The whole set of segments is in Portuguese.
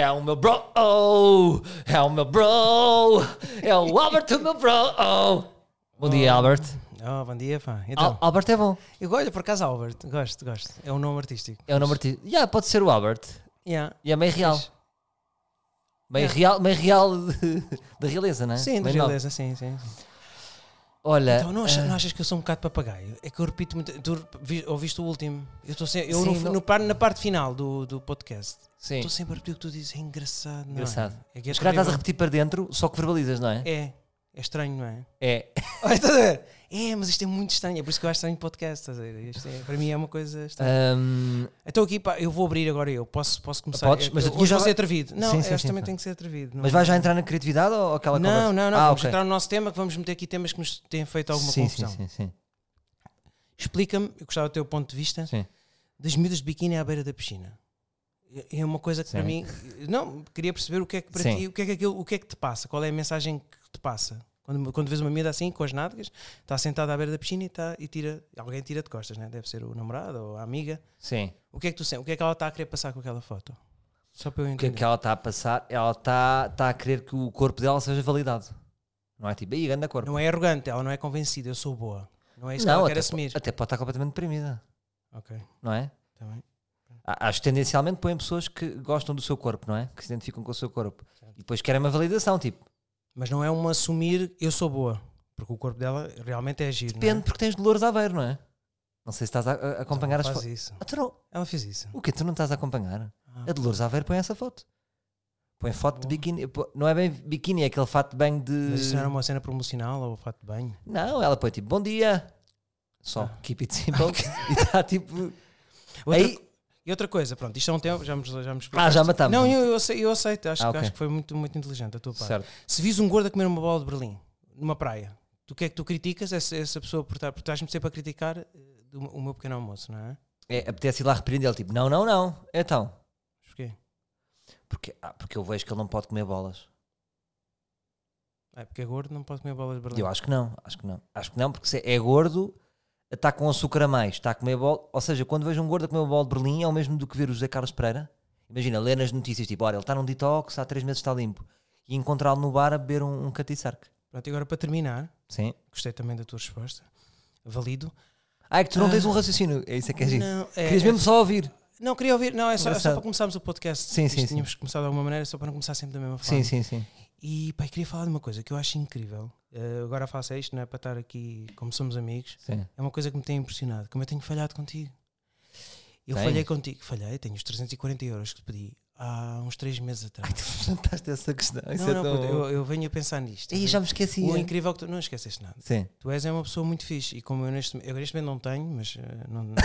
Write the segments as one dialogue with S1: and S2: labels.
S1: É o meu bro, é o meu bro, é o Albert, o meu bro. Bom dia, Albert.
S2: Bom dia, pá. Então,
S1: Albert é bom.
S2: eu olho por acaso Albert, gosto. É um nome artístico.
S1: É o nome artístico. Pode ser o Albert.
S2: Yeah.
S1: E é meio real.
S2: Fixe.
S1: Meio real de realeza, não é?
S2: Sim, de
S1: Meio
S2: realeza, sim.
S1: Olha.
S2: Então, não achas que eu sou um bocado papagaio? É que eu repito muito. Tu ouviste o último? Eu estou sempre. Na parte final do podcast.
S1: Sim.
S2: Estou sempre a repetir o que tu dizes. É engraçado, não
S1: Engraçado.
S2: é? É que é
S1: Mas calhar estás a
S2: terrível.
S1: repetir para dentro, só que verbalizas, não é?
S2: É estranho, não é?
S1: É.
S2: Olha, estás a ver? Mas isto é muito estranho. É por isso que eu acho estranho podcast. Estás a ver? Para mim é uma coisa estranha. Então aqui, pá, eu vou abrir agora. Eu posso começar.
S1: Podes, mas
S2: hoje
S1: já
S2: vou ser
S1: vai-
S2: atrevido. Não,
S1: Sim,
S2: esta também
S1: sim.
S2: tem que ser atrevido.
S1: Mas vais já entrar na criatividade ou aquela conversa?
S2: Não. Vamos
S1: ok.
S2: entrar no nosso tema, que vamos meter aqui temas que nos têm feito alguma confusão.
S1: Sim.
S2: Explica-me, eu gostava do teu ponto de vista,
S1: Sim.
S2: das miúdas de biquíni à beira da piscina. É uma coisa que
S1: Sim.
S2: para mim... Não, queria perceber o que é que para
S1: Sim.
S2: ti, o que é que te passa, qual é a mensagem que te passa. Quando vês uma miúda assim, com as nádegas, está sentada à beira da piscina alguém tira de costas, né? Deve ser o namorado ou a amiga.
S1: Sim.
S2: O que é que tu sentes? O que é que ela está a querer passar com aquela foto? Só para eu
S1: O que é
S2: entender.
S1: que ela está a passar? Ela está a querer que o corpo dela seja validado. Não é tipo, aí, ganda corpo.
S2: Não é arrogante, ela não é convencida, eu sou boa. Não é isso que ela quer assumir.
S1: Até pode estar completamente deprimida.
S2: Ok,
S1: Não é?
S2: está bem.
S1: Acho que tendencialmente põem pessoas que gostam do seu corpo, não é? Que se identificam com o seu corpo. E depois querem uma validação, tipo.
S2: Mas não é um assumir eu sou boa, porque o corpo dela realmente é giro.
S1: Depende,
S2: não é?
S1: porque tens Dolores Aveiro, não é? Não sei se estás a acompanhar as
S2: Ela
S1: fotos.
S2: faz isso.
S1: Tu não.
S2: Ela fez isso.
S1: O quê? Tu não estás a acompanhar?
S2: Ah.
S1: A Dolores Aveiro põe essa foto. Põe foto de biquíni. Não é bem biquíni, é aquele fato de banho de...
S2: Mas isso não era uma cena promocional ou fato de banho?
S1: Não, ela põe tipo, bom dia. Só, keep it simple. E está tipo...
S2: E outra coisa, pronto, isto é um tema, já me explicaste.
S1: já matamos.
S2: Não, eu aceito, acho
S1: ok.
S2: que foi muito, muito inteligente da tua parte.
S1: Certo.
S2: Se vis um gordo a comer uma bola de Berlim, numa praia, tu que é que tu criticas essa pessoa porque estás-me sempre a criticar o meu pequeno almoço, não é?
S1: Apetece ir lá repreender ele, tipo, não. Então,
S2: Porquê?
S1: porque eu vejo que ele não pode comer bolas.
S2: Porque é gordo, não pode comer bolas de Berlim.
S1: Eu acho que não, porque se é gordo, está com açúcar a mais, está a comer bola. Ou seja, quando vejo um gordo a comer uma bola de Berlim, é o mesmo do que ver o José Carlos Pereira. Imagina, ler nas notícias, tipo, olha, ele está num detox, há 3 meses está limpo. E encontrá-lo no bar a beber um catiçarque.
S2: Pronto, e agora para terminar,
S1: Sim.
S2: gostei também da tua resposta, valido.
S1: É que tu não tens um raciocínio, é isso é que é giro.
S2: Não,
S1: Querias mesmo só ouvir.
S2: Não, queria ouvir, não, é só
S1: Engraçado.
S2: para começarmos o podcast.
S1: Sim,
S2: Isto
S1: sim.
S2: Tínhamos começado de alguma maneira, só para não começar sempre da mesma forma.
S1: Sim.
S2: E pá, queria falar de uma coisa que eu acho incrível. Agora faço isto, não é para estar aqui como somos amigos.
S1: Sim.
S2: É uma coisa que me tem impressionado. Como eu tenho falhado contigo. Eu
S1: Tens?
S2: falhei contigo. Tenho os 340 euros que te pedi há uns 3 meses atrás.
S1: Ai, tu levantaste essa questão. Isso
S2: não,
S1: é tão...
S2: puto, eu venho a pensar nisto.
S1: Ih, já me esqueci.
S2: O incrível é que tu não esqueceste nada.
S1: Sim.
S2: Tu és uma pessoa muito fixe. E como eu neste momento não tenho, mas não.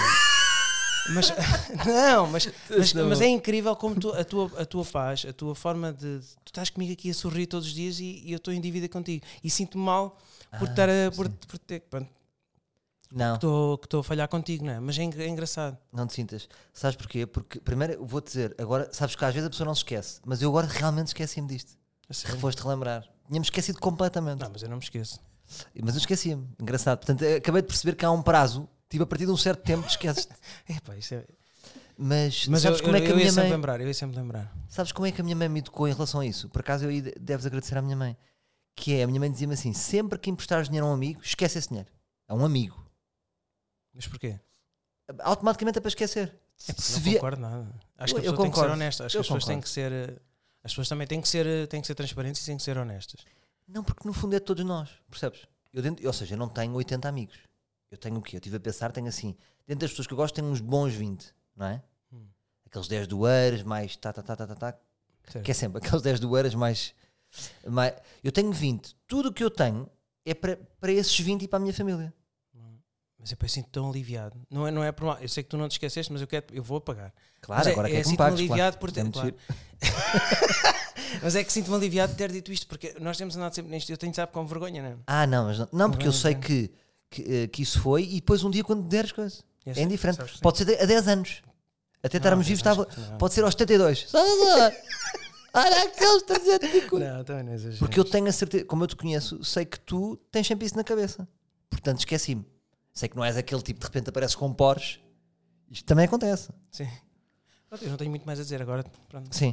S2: Mas é incrível como a tua paz, a tua forma de. Tu estás comigo aqui a sorrir todos os dias e eu estou em dívida contigo. E sinto-me mal por estar a. Por ter. Pronto,
S1: Não.
S2: que estou a falhar contigo, não é? Mas é engraçado.
S1: Não te sintas. Sabes porquê? Porque, primeiro, eu vou-te dizer, agora, sabes que às vezes a pessoa não se esquece, mas eu agora realmente esqueci-me disto.
S2: A sério?
S1: Foste relembrar. Tínhamos esquecido completamente.
S2: Não, mas eu não me esqueço.
S1: Mas eu esqueci-me. Engraçado. Portanto, acabei de perceber que há um prazo, tipo, a partir de um certo tempo, te esqueces.
S2: Epá, isso é.
S1: Mas
S2: Mas
S1: sabes como é que a minha mãe.
S2: Eu ia sempre lembrar.
S1: Sabes como é que a minha mãe me educou em relação a isso? Por acaso eu aí deves agradecer à minha mãe. Que é, a minha mãe dizia-me assim: sempre que emprestares dinheiro a um amigo, esquece esse dinheiro. A um amigo.
S2: Mas porquê?
S1: Automaticamente é para esquecer.
S2: Não concordo nada. Acho que a
S1: Eu
S2: pessoa tem que ser
S1: concordo.
S2: honesta. Acho que
S1: Eu
S2: as pessoas têm
S1: concordo.
S2: que ser. As pessoas também têm que ser transparentes e têm que ser honestas.
S1: Não, porque no fundo é de todos nós, percebes? Ou seja, eu não tenho 80 amigos. Eu tenho o quê? Eu estive a pensar, tenho assim, dentro das pessoas que eu gosto, tenho uns bons 20, não é? Aqueles 10 doeiras, mais
S2: Certo.
S1: que é sempre aqueles 10 doeiras mais. Eu tenho 20. Tudo o que eu tenho é para esses 20 e para a minha família.
S2: Mas eu depois sinto tão aliviado. Não é por mal. Eu sei que tu não te esqueceste, mas eu vou pagar.
S1: Claro,
S2: Mas
S1: agora quer que me
S2: sinto-me
S1: pagues.
S2: aliviado
S1: Claro.
S2: por ter.
S1: Temos
S2: Claro.
S1: ir.
S2: Mas é que sinto-me aliviado de ter dito isto, porque nós temos andado sempre nisto. Eu tenho sabe com vergonha, não é?
S1: Não, mas não porque eu sei que isso foi e depois um dia quando der as coisas. É indiferente.
S2: Sabes que sim.
S1: Pode ser a 10 anos. Até estarmos vivos,
S2: acho que não.
S1: pode ser aos 72. Olha aqueles 350.
S2: Não, também não exagero.
S1: Porque eu tenho a certeza, como eu te conheço, sei que tu tens sempre isso na cabeça. Portanto, esqueci-me. Sei que não és aquele tipo de repente apareces com Porsche. Isto também acontece.
S2: Sim. Pronto, eu não tenho muito mais a dizer agora. Pronto,
S1: Sim.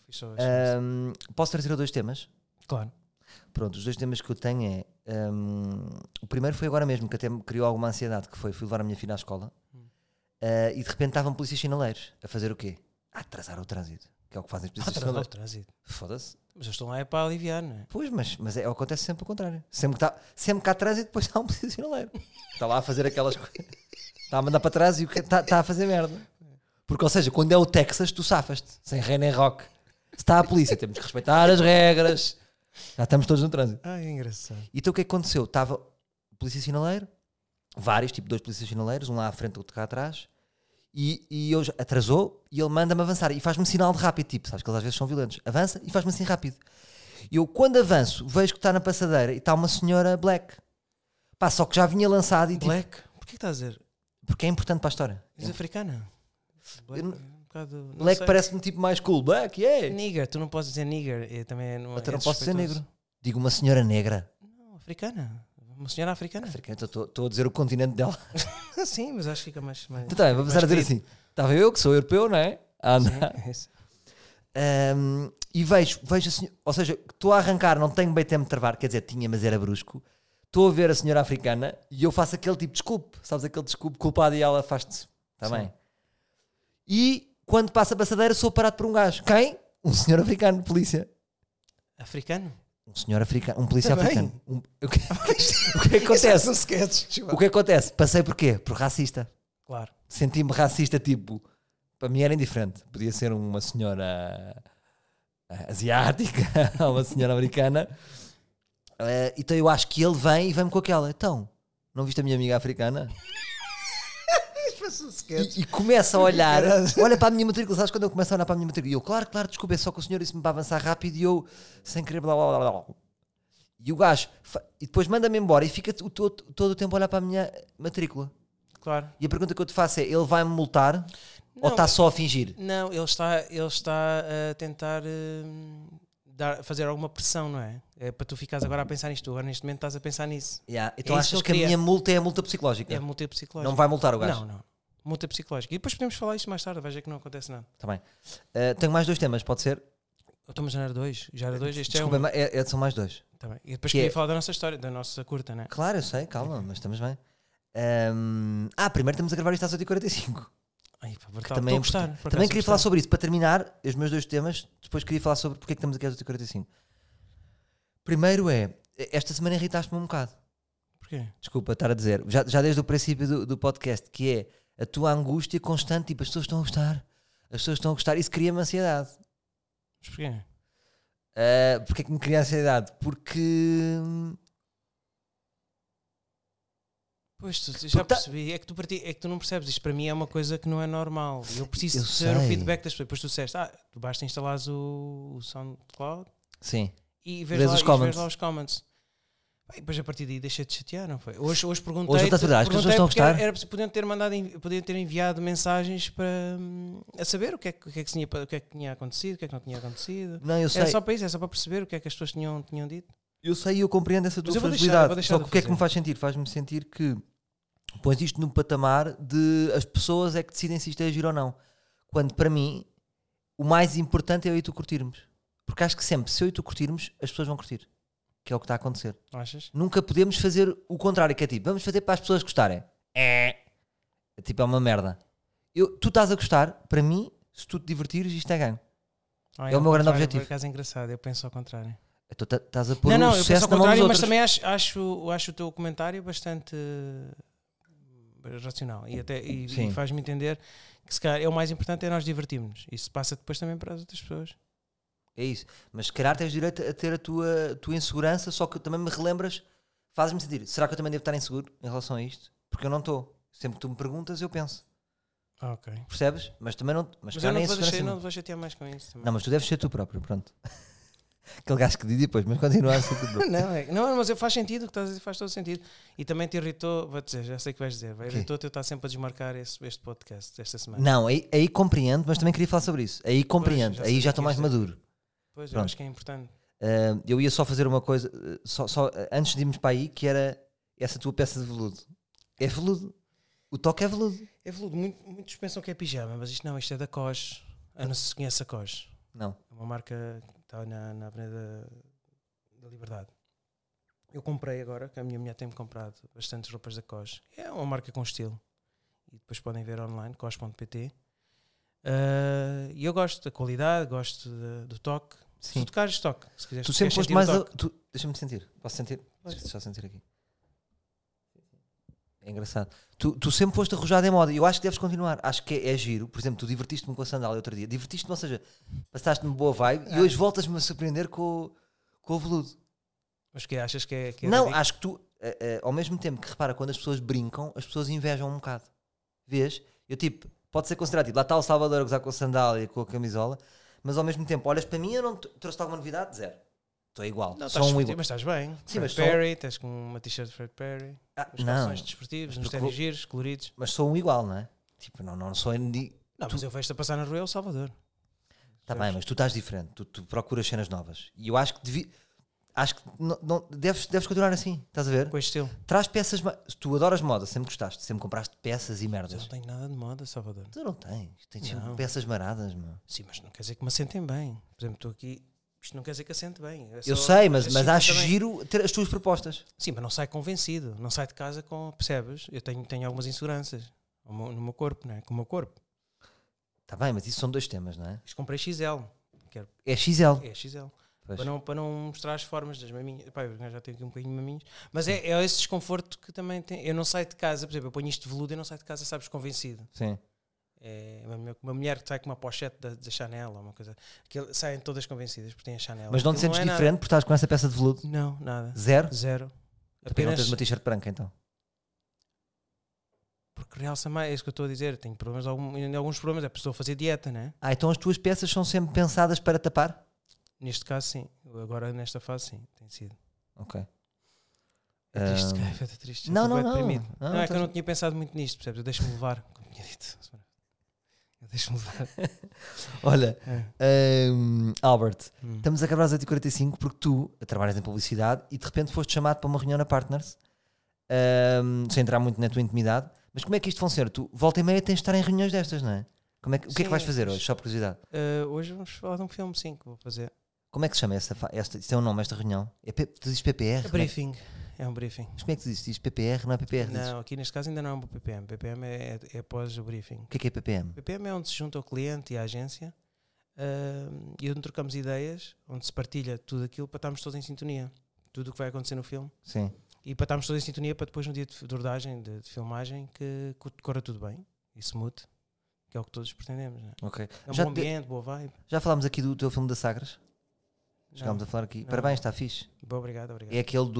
S1: Posso trazer 2 temas?
S2: Claro.
S1: Pronto, os 2 temas que eu tenho é... o primeiro foi agora mesmo, que até me criou alguma ansiedade, que fui levar a minha filha à escola e de repente estavam polícias sinaleiros a fazer o quê? A atrasar o trânsito. Que é o que fazem os polícias sinaleiros.
S2: Atrasar o trânsito.
S1: Foda-se.
S2: Mas eles estão lá para aliviar, não é?
S1: Pois, mas acontece sempre o contrário. Sempre que há trânsito, depois está um polícia sinaleiro. Está lá a fazer aquelas coisas. Está a mandar para trás e está a fazer merda. Porque, ou seja, quando é o Texas, tu safas-te. Sem rei nem rock. Se está a polícia, temos que respeitar as regras. Já estamos todos no trânsito.
S2: Ai, é engraçado.
S1: Então o que é que aconteceu? Estava o polícia sinaleiro, vários, tipo 2 polícias sinaleiros, um lá à frente, outro cá atrás, e eu atrasou e ele manda-me avançar e faz-me sinal de rápido, tipo, sabes que eles às vezes são violentos. Avança e faz-me assim rápido. E eu, quando avanço, vejo que está na passadeira e está uma senhora black. Pá, só que já vinha lançado e
S2: Black? Porquê que estás a dizer?
S1: Porque é importante para a história.
S2: És africana? Black,
S1: Eu
S2: um bocado,
S1: Black parece-me tipo mais cool. Black, yeah.
S2: Nigger, tu não podes dizer nigger. Também não,
S1: Até não posso dizer negro. Digo uma senhora negra.
S2: Não, africana. Uma senhora africana.
S1: Estou a dizer o continente dela.
S2: Sim, mas acho que fica mais...
S1: Então também, vou passar a dizer assim. Estava eu, que sou europeu, não é? A andar.
S2: Sim,
S1: E vejo assim, ou seja, estou a arrancar, não tenho bem tempo de travar, quer dizer, tinha, mas era brusco. Estou a ver a senhora africana e eu faço aquele tipo de desculpe, sabes, aquele desculpe culpado e ela faz-te, está bem? E quando passa a passadeira sou parado por um gajo. Quem? Um senhor africano, polícia.
S2: Africano?
S1: Um senhor africano, um polícia
S2: Também?
S1: africano. O que acontece? O que acontece? Passei por quê? Por racista.
S2: Claro.
S1: Senti-me racista, tipo, para mim era indiferente. Podia ser uma senhora asiática ou uma senhora americana. Então eu acho que ele vem e vem-me com aquela. Então, não viste a minha amiga africana? E começa a olhar, olha para a minha matrícula, sabes quando eu começo a olhar para a minha matrícula? E eu, claro, desculpa, é só que o senhor disse-me para avançar rápido e eu, sem querer, blá blá blá blá. E o gajo, e depois manda-me embora e fica todo o tempo a olhar para a minha matrícula.
S2: Claro.
S1: E a pergunta que eu te faço é, ele vai-me multar ou está só a fingir?
S2: Não, ele está a tentar fazer alguma pressão, não é? É para tu ficares agora a pensar nisto. Tu agora neste momento estás a pensar nisso.
S1: Então achas que a minha multa é a multa psicológica?
S2: É a multa psicológica.
S1: Não vai multar o gajo?
S2: Não. Multa psicológica. E depois podemos falar isto mais tarde, veja que não acontece nada.
S1: Está bem. Tenho mais 2 temas, pode ser?
S2: Mas já era 2. Já era 2. Este
S1: Desculpa,
S2: é um...
S1: são mais 2.
S2: Tá bem. E depois queria falar da nossa história, da nossa curta, não é?
S1: Claro, eu sei, calma, mas estamos bem. Primeiro estamos a gravar isto às 8h45.
S2: Ai, pá,
S1: também, também queria falar sobre isso. Para terminar, os meus 2 temas, depois queria falar sobre porque é que estamos aqui às 8h45. Primeiro esta semana irritaste-me um bocado.
S2: Porquê?
S1: Desculpa estar a dizer, já desde o princípio do podcast, que é a tua angústia constante, tipo, as pessoas estão a gostar, isso cria-me ansiedade.
S2: Mas porquê?
S1: Porquê é que me cria ansiedade? Porque...
S2: Pois, já percebi, é que tu não percebes, isto para mim é uma coisa que não é normal, eu preciso ter o feedback das pessoas. Depois tu disseste, tu basta instalares o SoundCloud.
S1: Sim.
S2: E vês lá os comments. E depois a partir daí deixa de chatear, não foi? Hoje perguntei.
S1: Hoje acho que as pessoas estão a gostar.
S2: Podiam ter enviado mensagens para a saber o que é que tinha acontecido, o que é que não tinha acontecido.
S1: Não, eu sei.
S2: Era só para isso, é só para perceber o que é que as pessoas tinham dito.
S1: Eu sei e eu compreendo essa tua fragilidade. Só que o que é que me faz sentir? Faz-me sentir que pões isto num patamar de as pessoas é que decidem se isto é agir ou não. Quando para mim o mais importante é eu e tu curtirmos. Porque acho que sempre, se eu e tu curtirmos, as pessoas vão curtir. Que é o que está a acontecer.
S2: Achas?
S1: Nunca podemos fazer o contrário, que é tipo, vamos fazer para as pessoas gostarem. É uma merda. Tu estás a gostar, para mim, se tu te divertires, isto é ganho. É o meu grande objetivo.
S2: Por acaso é engraçado, eu penso ao contrário.
S1: Então estás a pôr
S2: não,
S1: o
S2: eu
S1: sucesso
S2: penso ao
S1: na mão dos
S2: contrário,
S1: outros.
S2: mas também acho o teu comentário bastante racional e faz-me entender que se calhar é o mais importante é nós divertirmos. Isso passa depois também para as outras pessoas.
S1: É isso, mas se calhar tens direito a ter a tua insegurança, só que também me relembras, fazes-me sentir, será que eu também devo estar inseguro em relação a isto? Porque eu não estou. Sempre que tu me perguntas, eu penso.
S2: Ok.
S1: Percebes? Mas também não. Mas
S2: eu não te vou chatear mais com isso também.
S1: Não, mas tu deves ser tu próprio, pronto. Aquele gajo que diz depois, mas continua a ser tu próprio.
S2: não, mas faz sentido, o que estás a dizer faz todo sentido. E também te irritou, vou-te dizer, já sei o que vais dizer, irritou-te eu estar sempre a desmarcar este podcast esta semana.
S1: Não, aí compreendo, mas também queria falar sobre isso. Aí compreendo, pois, aí já estou mais maduro.
S2: Pois, eu acho que é importante.
S1: Eu ia só fazer uma coisa, só antes de irmos para aí, que era essa tua peça de veludo. É veludo. O toque é veludo.
S2: É veludo. Muitos pensam que é pijama, mas isto é da COS. Eu não sei se conhece a COS.
S1: Não.
S2: É uma marca que está na Avenida da Liberdade. Eu comprei agora, que a minha mulher tem-me comprado bastantes roupas da COS. É uma marca com estilo. E depois podem ver online, cos.pt. E eu gosto da qualidade, gosto do toque.
S1: Sim.
S2: Se tu tocares, toque. Se quiseres,
S1: Tu sempre foste
S2: sentir o
S1: mais...
S2: toque.
S1: Deixa-me sentir. Posso sentir? Deixa eu sentir aqui. É engraçado. Tu sempre foste arrojado em moda e eu acho que deves continuar. Acho que é giro. Por exemplo, tu divertiste-me com a sandália outro dia. Divertiste-me, ou seja, passaste-me boa vibe e hoje voltas-me a surpreender com o veludo.
S2: Mas que achas que é
S1: Não,
S2: ridículo?
S1: acho que tu, ao mesmo tempo que repara, quando as pessoas brincam, as pessoas invejam um bocado. Vês? Eu tipo, pode ser considerado, tipo, lá está o Salvador a gozar com a sandália e com a camisola, mas ao mesmo tempo, olhas para mim, eu não trouxe alguma novidade? Zero. Estou igual.
S2: Não,
S1: Sou igual.
S2: mas estás bem.
S1: Sim, mas
S2: Fred Perry, estás com uma t-shirt de Fred Perry, os
S1: não,
S2: calções desportivos,
S1: mas
S2: uns ténis giros, coloridos.
S1: mas sou um igual, não é? Tipo, não sou...
S2: Não, mas eu vejo-te a passar na rua, é o Salvador.
S1: Está bem, mas tu estás diferente. Tu procuras cenas novas. E eu acho que acho que deves continuar assim. Estás a ver?
S2: Com este estilo.
S1: Traz peças... Tu adoras moda, sempre gostaste. Sempre compraste peças e
S2: Mas eu
S1: merdas.
S2: não tenho nada de moda, Salvador.
S1: Tu não tens. Tens sempre
S2: Não.
S1: peças maradas, meu.
S2: Sim, mas não quer dizer que me assentem bem. Por exemplo, estou aqui, isto não quer dizer que assente bem.
S1: Eu sei, mas
S2: chifre
S1: acho
S2: também.
S1: giro ter as tuas propostas.
S2: Sim, mas não sai convencido. Não sai de casa com... Percebes? Eu tenho algumas inseguranças no meu corpo, não é? Com o meu corpo.
S1: Está bem, mas isso são dois temas, não é?
S2: Isto comprei XL.
S1: É XL.
S2: É XL.
S1: Pois.
S2: Para não mostrar as formas das maminhas. Pá, eu já tenho aqui um bocadinho de maminhas. Mas é esse desconforto que também tem. Eu não saio de casa, por exemplo, eu ponho isto de veludo e não saio de casa, sabes, convencido.
S1: Sim.
S2: É uma mulher que sai com uma pochete da Chanel ou uma coisa. Que saem todas convencidas porque têm a Chanel.
S1: Mas não te
S2: Aquilo
S1: sentes
S2: é
S1: diferente por estás com essa peça de veludo?
S2: Nada. Não, nada.
S1: Zero?
S2: Zero.
S1: Porque não
S2: Apenas
S1: tens uma t-shirt branca, então?
S2: porque realça mais. É isso que eu estou a dizer. Tenho problemas, alguns problemas. É porque estou a fazer dieta, né?
S1: Então as tuas peças são sempre pensadas para tapar?
S2: Neste caso, sim. Agora, nesta fase, sim. Tem sido.
S1: Ok.
S2: É triste, cara. É triste.
S1: Não,
S2: Estou
S1: não,
S2: bem
S1: não.
S2: deprimido.
S1: Não,
S2: Não, é que
S1: estás-
S2: eu não tinha pensado muito nisto, percebes? Eu deixo-me levar, como tinha dito. Eu deixo-me levar.
S1: Olha, Albert,
S2: Hum.
S1: estamos a acabar às 8h45 porque tu trabalhas em publicidade e de repente foste chamado para uma reunião na Partners, sem entrar muito na tua intimidade. Mas como é que isto funciona? Tu, volta e meia, tens de estar em reuniões destas, não é? O que é que
S2: Sim,
S1: vais fazer hoje? Só por curiosidade.
S2: Hoje vamos falar de um filme, sim, que vou fazer.
S1: Como é que se chama isto tem um nome, esta reunião? Tu dizes PPR?
S2: É briefing. É um briefing.
S1: Mas como é que tu dizes? Dizes PPR, não é PPR? Dizes.
S2: Não, aqui neste caso ainda não é um PPM. PPM é após o briefing.
S1: O que é PPM?
S2: PPM é onde se junta o cliente e a agência e onde trocamos ideias, onde se partilha tudo aquilo para estarmos todos em sintonia. Tudo o que vai acontecer no filme.
S1: Sim.
S2: E para estarmos todos em sintonia para depois no dia de rodagem, de filmagem, que corra tudo bem e smooth, que é o que todos pretendemos. Não é?
S1: Ok.
S2: É um
S1: Já
S2: bom ambiente, boa vibe.
S1: Já falámos aqui do teu filme da Sagres? Chegámos
S2: Não.
S1: a falar aqui.
S2: Não.
S1: Parabéns, está fixe.
S2: Boa, obrigado.
S1: É aquele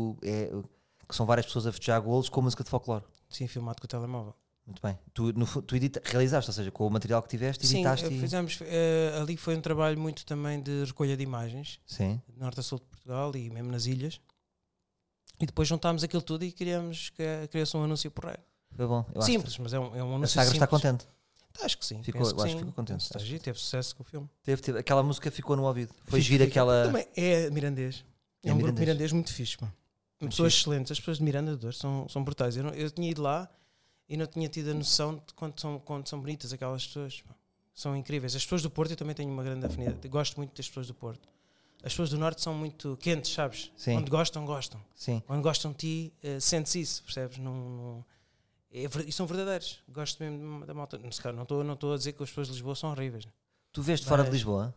S1: que são várias pessoas a festejar golos com música de folclore.
S2: Sim, filmado com o telemóvel.
S1: Muito bem. Tu realizaste, ou seja, com o material que tiveste,
S2: Sim,
S1: editaste
S2: fizemos, ali foi um trabalho muito também de recolha de imagens,
S1: Sim.
S2: de norte a sul de Portugal e mesmo nas ilhas. E depois juntámos aquilo tudo e criou-se um anúncio porreiro.
S1: Foi bom. Eu acho
S2: Simples, mas é um
S1: que
S2: anúncio
S1: a Sagres está
S2: simples.
S1: contente.
S2: Acho que sim.
S1: Ficou-
S2: penso
S1: eu acho
S2: sim.
S1: que ficou contente.
S2: Está giro, teve sucesso com o filme.
S1: Aquela música ficou no ouvido. Foi gira aquela.
S2: Também é mirandês. É um grupo
S1: mirandês.
S2: mirandês muito fixe. Pá.
S1: Muito
S2: Pessoas
S1: fixe.
S2: excelentes. As pessoas de Miranda de Douro são brutais. Eu tinha ido lá e não tinha tido a noção de quanto são bonitas aquelas pessoas. Pá. São incríveis. As pessoas do Porto, eu também tenho uma grande afinidade. Eu gosto muito das pessoas do Porto. As pessoas do Norte são muito quentes, sabes?
S1: Sim.
S2: Onde gostam, gostam.
S1: Sim.
S2: Onde gostam de ti, sentes isso, percebes? E são verdadeiros. Gosto mesmo da malta. Não estou a dizer que as pessoas de Lisboa são horríveis.
S1: Tu veste fora de
S2: Mas-
S1: Lisboa?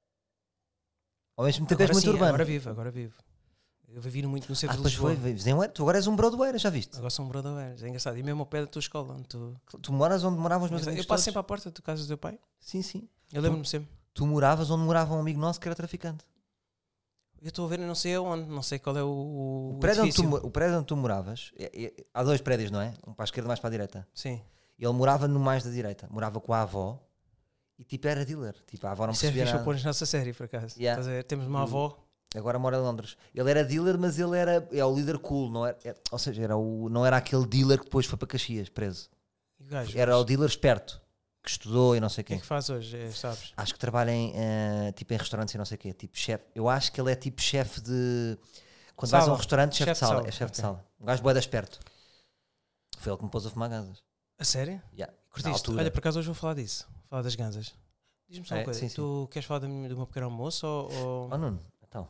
S1: Ao mesmo tempo és
S2: Agora
S1: muito
S2: sim,
S1: urbano.
S2: agora vivo. Eu vivi muito no
S1: Ah,
S2: centro de
S1: depois
S2: Lisboa.
S1: foi. Vives em Oeiras. Tu agora és um brodoeira, já viste?
S2: Agora são brodoveiros, é engraçado. E mesmo ao pé da tua escola. Onde
S1: Tu moras onde moravam os meus
S2: eu
S1: amigos
S2: passo
S1: todos?
S2: sempre à porta da casa do teu pai.
S1: Sim, sim.
S2: Eu lembro-me sempre.
S1: Tu moravas onde morava um amigo nosso que era traficante.
S2: Eu estou a ver, eu não sei aonde, não sei qual é o
S1: prédio onde
S2: edifício.
S1: o prédio onde tu moravas, há dois prédios, não é? Um para a esquerda e mais para a direita.
S2: Sim.
S1: Ele morava no mais da direita. Morava com a avó e tipo era dealer. Tipo, a avó não
S2: Isso é
S1: percebia
S2: fixe para
S1: nada.
S2: pôr na nossa série, por acaso.
S1: Yeah.
S2: Estás a ver? Temos uma avó.
S1: Agora mora em Londres. Ele era dealer, mas ele é o líder cool, não era, ou seja, não era aquele dealer que depois foi para Caxias, preso.
S2: E o gajo,
S1: Era o dealer esperto, que estudou e não sei o
S2: o que é
S1: quê.
S2: que faz hoje, sabes?
S1: Acho que trabalha tipo em restaurantes e não sei o quê. Tipo chefe. Eu acho que ele é tipo chefe de... Quando vais a um restaurante, chefe de sala. É chefe de
S2: ok.
S1: sala. Um gajo bué da esperto. Foi ele que me pôs a fumar gansas.
S2: A sério?
S1: Yeah. Na
S2: Curtiste?
S1: altura.
S2: Olha, por acaso hoje vou falar disso. Falar das ganzas. Diz-me só uma coisa,
S1: sim, sim.
S2: tu queres falar do meu pequeno almoço ou...
S1: Oh, Nuno, então.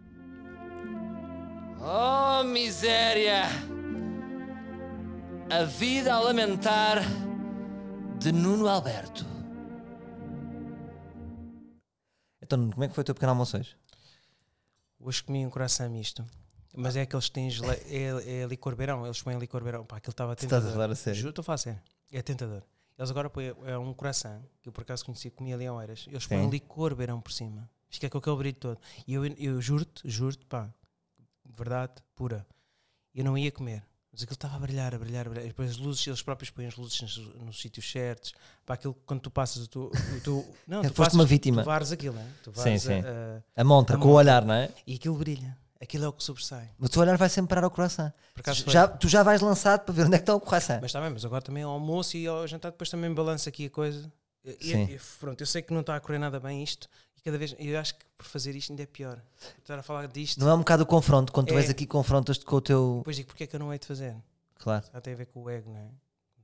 S3: Oh, miséria! A vida a lamentar de Nuno Alberto.
S1: Então, Nuno, como é que foi o teu pequeno almoço hoje?
S2: Hoje comi um coração misto. Mas é aqueles que têm é licor beirão. Eles põem licor beirão. Pá, aquilo estava
S1: Estás
S2: tentador.
S1: a falar a sério?
S2: Juro, estou a falar a sério. É tentador. Eles agora põem um coração, que eu por acaso conheci, comia ali em Oeiras. Eles põem
S1: Sim.
S2: um licor beirão por cima. Fica com aquele brilho todo. E eu juro-te, pá, verdade pura. Eu não ia comer. Mas aquilo estava a brilhar. E depois as luzes, eles próprios põem as luzes nos sítios certos. Para aquilo, quando tu passas, não, tu
S1: Foste
S2: passas,
S1: uma vítima.
S2: Tu vares aquilo, não é? Tu vares
S1: Sim.
S2: a-
S1: A montra,
S2: A
S1: com o
S2: montra.
S1: olhar, não é?
S2: e aquilo brilha. Aquilo é o que sobressai.
S1: O teu olhar vai sempre parar ao coração.
S2: Por acaso foi.
S1: Tu já vais lançado para ver onde é que está o coração.
S2: Mas está bem, mas agora também ao almoço e ao jantar depois também balança aqui a coisa.
S1: Sim.
S2: Pronto, eu sei que não está a correr nada bem isto e cada vez, eu acho que por fazer isto ainda é pior. Estar a falar disto,
S1: Não é um bocado o confronto, quando tu
S2: É.
S1: vais aqui confrontas-te com o teu...
S2: depois digo porque é que eu não hei de fazer.
S1: Claro.
S2: Já tem a ver com o ego, não é?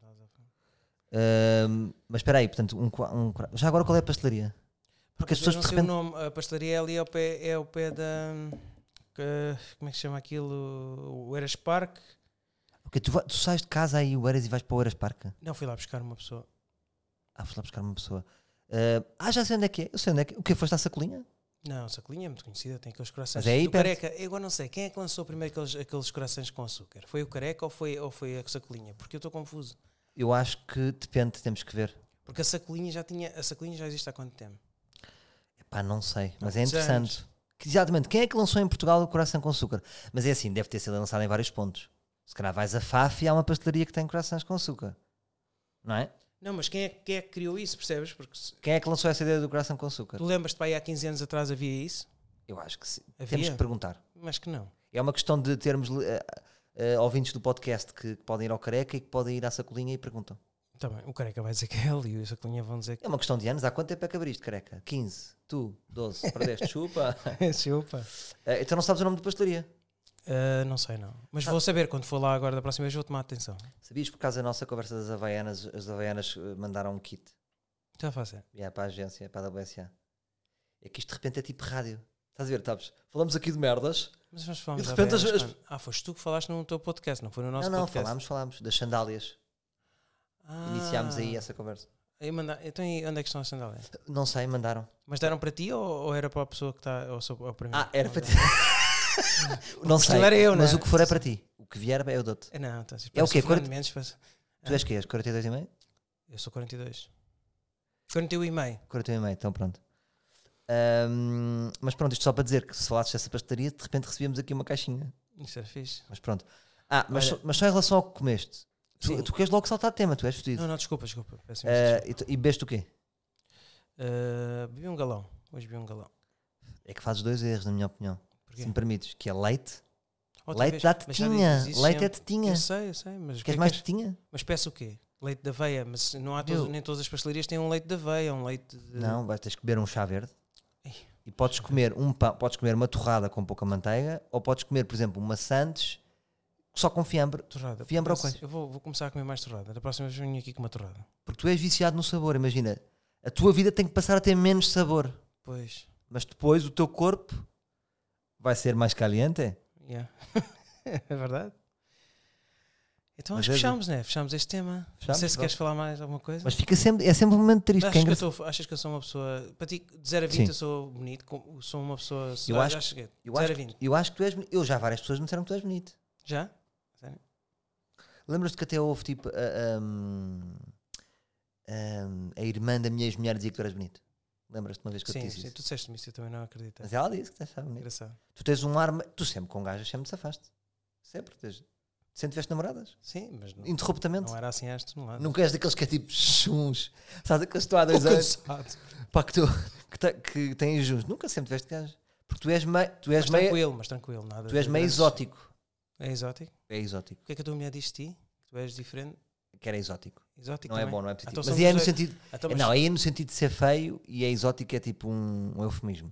S1: Mas espera aí, portanto, já agora qual é a pastelaria? Porque as pessoas
S2: não
S1: de
S2: sei
S1: repente...
S2: o nome, a pastelaria é ali ao pé da... como é que se chama aquilo? O Eras Park.
S1: Ok, tu sais de casa aí, o Eras, e vais para o Eras Parque.
S2: Não, fui lá buscar uma pessoa.
S1: Fui lá buscar uma pessoa. Já sei onde é que é. Eu sei onde é que é. O que foste à Sacolinha?
S2: Não, a Sacolinha é muito conhecida, tem aqueles corações.
S1: Mas é aí
S2: do
S1: perto.
S2: Careca, eu agora não sei, quem é que lançou primeiro aqueles corações com açúcar? Foi o Careca ou foi a Sacolinha? Porque eu estou confuso.
S1: Eu acho que depende, temos que ver.
S2: Porque a Sacolinha já existe há quanto tempo?
S1: Epá, não sei, mas
S2: Há
S1: é
S2: muitos
S1: interessante. Exatamente, quem é que lançou em Portugal o coração com açúcar? Mas é assim, deve ter sido lançado em vários pontos. Se calhar vais a FAF e há uma pastelaria que tem corações com açúcar. Não é?
S2: Não, mas quem é que criou isso, percebes? Porque
S1: Quem é que lançou essa ideia do coração com açúcar?
S2: tu lembras-te para aí há 15 anos atrás havia isso?
S1: Eu acho que sim.
S2: Havia?
S1: Temos que perguntar.
S2: Mas que não.
S1: É uma questão de termos ouvintes do podcast que podem ir ao Careca e que podem ir à Sacolinha e perguntam.
S2: Tá bem, o Careca vai dizer que é ele e o Sacolinha vão dizer que
S1: É uma questão de anos. Há quanto tempo é que abriste, Careca? 15, tu, 12, perdeste, chupa.
S2: Chupa.
S1: Então não sabes o nome de pastelaria.
S2: Não sei não. Mas vou saber quando for lá agora da próxima vez, vou tomar atenção.
S1: Sabias por causa da nossa conversa das Havaianas, as Havaianas mandaram um kit
S2: Está a fazer.
S1: para a agência, para a WSA. É que isto de repente é tipo rádio. Estás a ver, sabes? Falamos aqui de merdas.
S2: Mas nós falamos
S1: E de
S2: da
S1: repente
S2: Havaianas
S1: as-
S2: quando? Foste tu que falaste no teu podcast, não foi no nosso
S1: Não,
S2: podcast?
S1: falámos das sandálias. Iniciámos aí essa conversa.
S2: Então e onde é que estão as sandálias?
S1: Não sei, mandaram.
S2: Mas deram para ti ou era para a pessoa que está... Ou para mim?
S1: Era para ti. Não sei,
S2: aquilo era eu,
S1: mas
S2: não é?
S1: o que for é para ti. O que vier eu dou-te.
S2: Não, então,
S1: É o quê?
S2: Menos,
S1: Tu és que és? 42,5?
S2: eu sou 42. 41,5.
S1: 41,5, então pronto. Mas pronto, isto só para dizer que se falasses dessa pastelaria, de repente recebíamos aqui uma caixinha.
S2: Isso era fixe.
S1: Mas pronto.
S2: Olha-
S1: Mas só em relação ao que comeste.
S2: Sim.
S1: Tu queres logo saltar de tema, tu és fodido.
S2: Não, desculpa. Peço imensa desculpa.
S1: E bebeste o quê?
S2: Bebi um galão. Hoje bebi um galão.
S1: É que fazes dois erros, na minha opinião.
S2: Porquê?
S1: Se me permites, que é leite.
S2: Outra
S1: Leite
S2: vez.
S1: dá
S2: Mas já
S1: tetinha.
S2: dizes isso
S1: Leite é
S2: sempre.
S1: tetinha.
S2: Eu sei. Mas o que é
S1: Queres
S2: que
S1: mais
S2: és?
S1: tetinha?
S2: Mas peço o quê? Leite de aveia. Mas não há
S1: Meu.
S2: nem todas as pastelarias têm um leite de aveia. Um leite de...
S1: Não, vais ter que beber um chá verde.
S2: Ei,
S1: E podes comer um pão, podes comer uma torrada com pouca manteiga, ou podes comer, por exemplo, uma Santos só com fiambre.
S2: torrada.
S1: Fiambre ou
S2: Parece-
S1: coisa?
S2: Eu vou começar a comer mais torrada. Da próxima vez venho aqui com uma torrada.
S1: Porque tu és viciado no sabor, imagina. A tua vida tem que passar a ter menos sabor.
S2: Pois.
S1: Mas depois o teu corpo vai ser mais caliente.
S2: Yeah. É verdade. Então
S1: Mas
S2: acho que
S1: é
S2: fechámos, né? Fechámos este tema.
S1: Fechámos,
S2: Não sei se
S1: pronto.
S2: queres falar mais alguma coisa.
S1: Mas fica sempre, é sempre um momento triste. Que é
S2: Achas que eu sou uma pessoa. Para ti, de 0 a 20,
S1: Sim.
S2: eu sou bonito. Sou uma pessoa.
S1: Eu acho-
S2: já cheguei.
S1: eu,
S2: De 0
S1: acho,
S2: a 20.
S1: eu acho que tu és bonito. Eu já várias pessoas me disseram que tu és bonito.
S2: Já?
S1: Lembras-te que até houve tipo a irmã da minha ex-mulher dizia que tu eras bonito. Lembras-te uma vez que eu te
S2: Sim,
S1: disse
S2: sim,
S1: isso?
S2: tu disseste-me isso, eu também não acreditei.
S1: Mas ela disse que tu estás bonito.
S2: Engraçado.
S1: Tu tens um ar. Tu sempre com gajas, sempre te safaste. Sempre. Sempre tiveste namoradas.
S2: Sim, mas não,
S1: Interruptamente.
S2: não era assim este no lado.
S1: Nunca és daqueles que é tipo chuns. Sabes aqueles que estão há 2 anos. Pá, que têm juntos. Nunca sempre tiveste gajas. Porque tu és meio. Tu és meio,
S2: Mas tranquilo, nada.
S1: tu és
S2: de
S1: meio
S2: grandes-
S1: exótico.
S2: É exótico?
S1: É exótico.
S2: O que é que a tua mulher diz de ti? Tu és diferente?
S1: Que era exótico.
S2: Exótico
S1: Não é
S2: também?
S1: bom, não é positivo.
S2: Então
S1: Mas
S2: somos
S1: aí é no
S2: dois.
S1: sentido.
S2: Então, mas-
S1: Não, aí é no sentido de ser feio e é exótico, é tipo um eufemismo.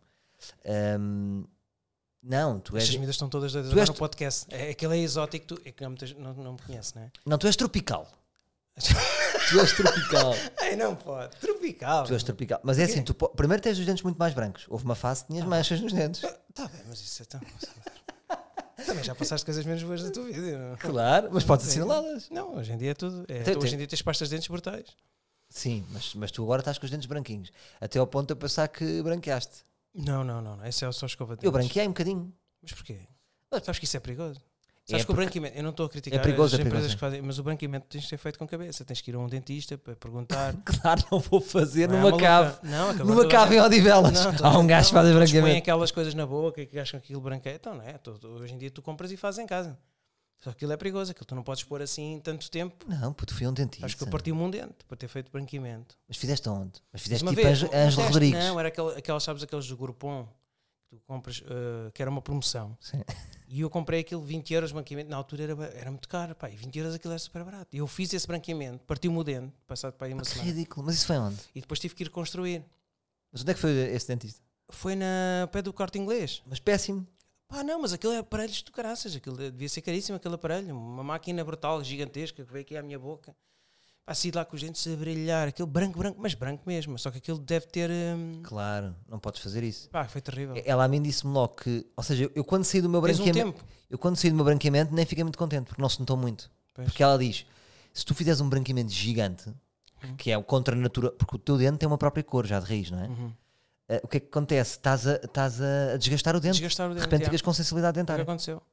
S1: Não, tu és.
S2: Estas medidas estão todas doidas
S1: tu
S2: agora
S1: és-
S2: no podcast. Aquele é exótico, é que não me conhece, não é?
S1: Não, tu és tropical. Tu és tropical.
S2: Ai, não pode. Tropical.
S1: Tu és tropical. Mas é assim, primeiro tens os dentes muito mais brancos. Houve uma fase que tinhas manchas nos dentes.
S2: Tá bem, mas isso é tão... Também já passaste coisas menos boas da tua vida. Não?
S1: Claro, mas podes assinalá-las.
S2: Não, hoje em dia é tudo. Hoje em dia tens pastas de dentes brutais.
S1: Sim, mas tu agora estás com os dentes branquinhos. Até ao ponto de eu pensar que branqueaste.
S2: Não. Esse é só escova de dentes.
S1: Eu branqueei um bocadinho.
S2: Mas porquê? Sabes que isso é perigoso?
S1: É
S2: Sabes que o
S1: porque-
S2: branqueamento, eu não estou a criticar
S1: É perigoso,
S2: as
S1: é
S2: empresas
S1: perigoso.
S2: que fazem, mas o branqueamento tens de ser feito com cabeça. Tens que ir a um dentista para perguntar.
S1: Claro, não vou fazer
S2: Não é
S1: numa
S2: maluca.
S1: cave.
S2: Não, acabou
S1: Numa
S2: toda a
S1: cave em
S2: gente-
S1: Odivelas.
S2: Não,
S1: Há um gajo que faz
S2: Põe
S1: branqueamento.
S2: aquelas coisas na boca que acham que aquilo branqueia. Então, não é? Hoje em dia tu compras e fazes em casa. Só que aquilo é perigoso, aquilo tu não podes pôr assim tanto tempo.
S1: Não, puto, fui a um dentista.
S2: Acho que eu parti-me um dente para ter feito branqueamento.
S1: Mas fizeste onde? Mas fizeste
S2: Uma
S1: tipo
S2: vez,
S1: Ângelo Rodrigues.
S2: Não, era aquelas, sabes, aqueles do Groupon que tu compras, que era uma promoção.
S1: Sim.
S2: E eu comprei aquilo 20 euros de branqueamento. Na altura era muito caro, pá, e 20 euros aquilo era super barato. E eu fiz esse branqueamento, parti-me o dente, passado para aí uma
S1: Que
S2: semana.
S1: ridículo. Mas isso foi onde?
S2: E depois tive que ir construir.
S1: Mas onde é que foi esse dentista?
S2: Foi na pé do Corte Inglês.
S1: Mas péssimo.
S2: Pá, não, mas aquilo é aparelhos de caraças. Aquilo devia ser caríssimo, aquele aparelho. Uma máquina brutal, gigantesca, que veio aqui à minha boca. Pá, saí de lá com os dentes a brilhar. Aquilo branco, mas branco mesmo. Só que aquilo deve ter...
S1: Claro, não podes fazer isso.
S2: Pá, foi terrível.
S1: Ela a mim disse-me logo que, ou seja, eu quando saí do meu
S2: Tens um
S1: branqueamento,
S2: tempo.
S1: eu quando saí do meu branqueamento nem fiquei muito contente porque não se notou muito.
S2: Pois.
S1: Porque ela diz, se tu fizeres um branqueamento gigante, que é o contra a natura, porque o teu dente tem uma própria cor já de raiz, não é?
S2: Uhum.
S1: O que é que acontece? Estás a desgastar o dente.
S2: Desgastar o
S1: De
S2: dente,
S1: repente
S2: já.
S1: ficas com sensibilidade
S2: O que
S1: dentária.
S2: aconteceu?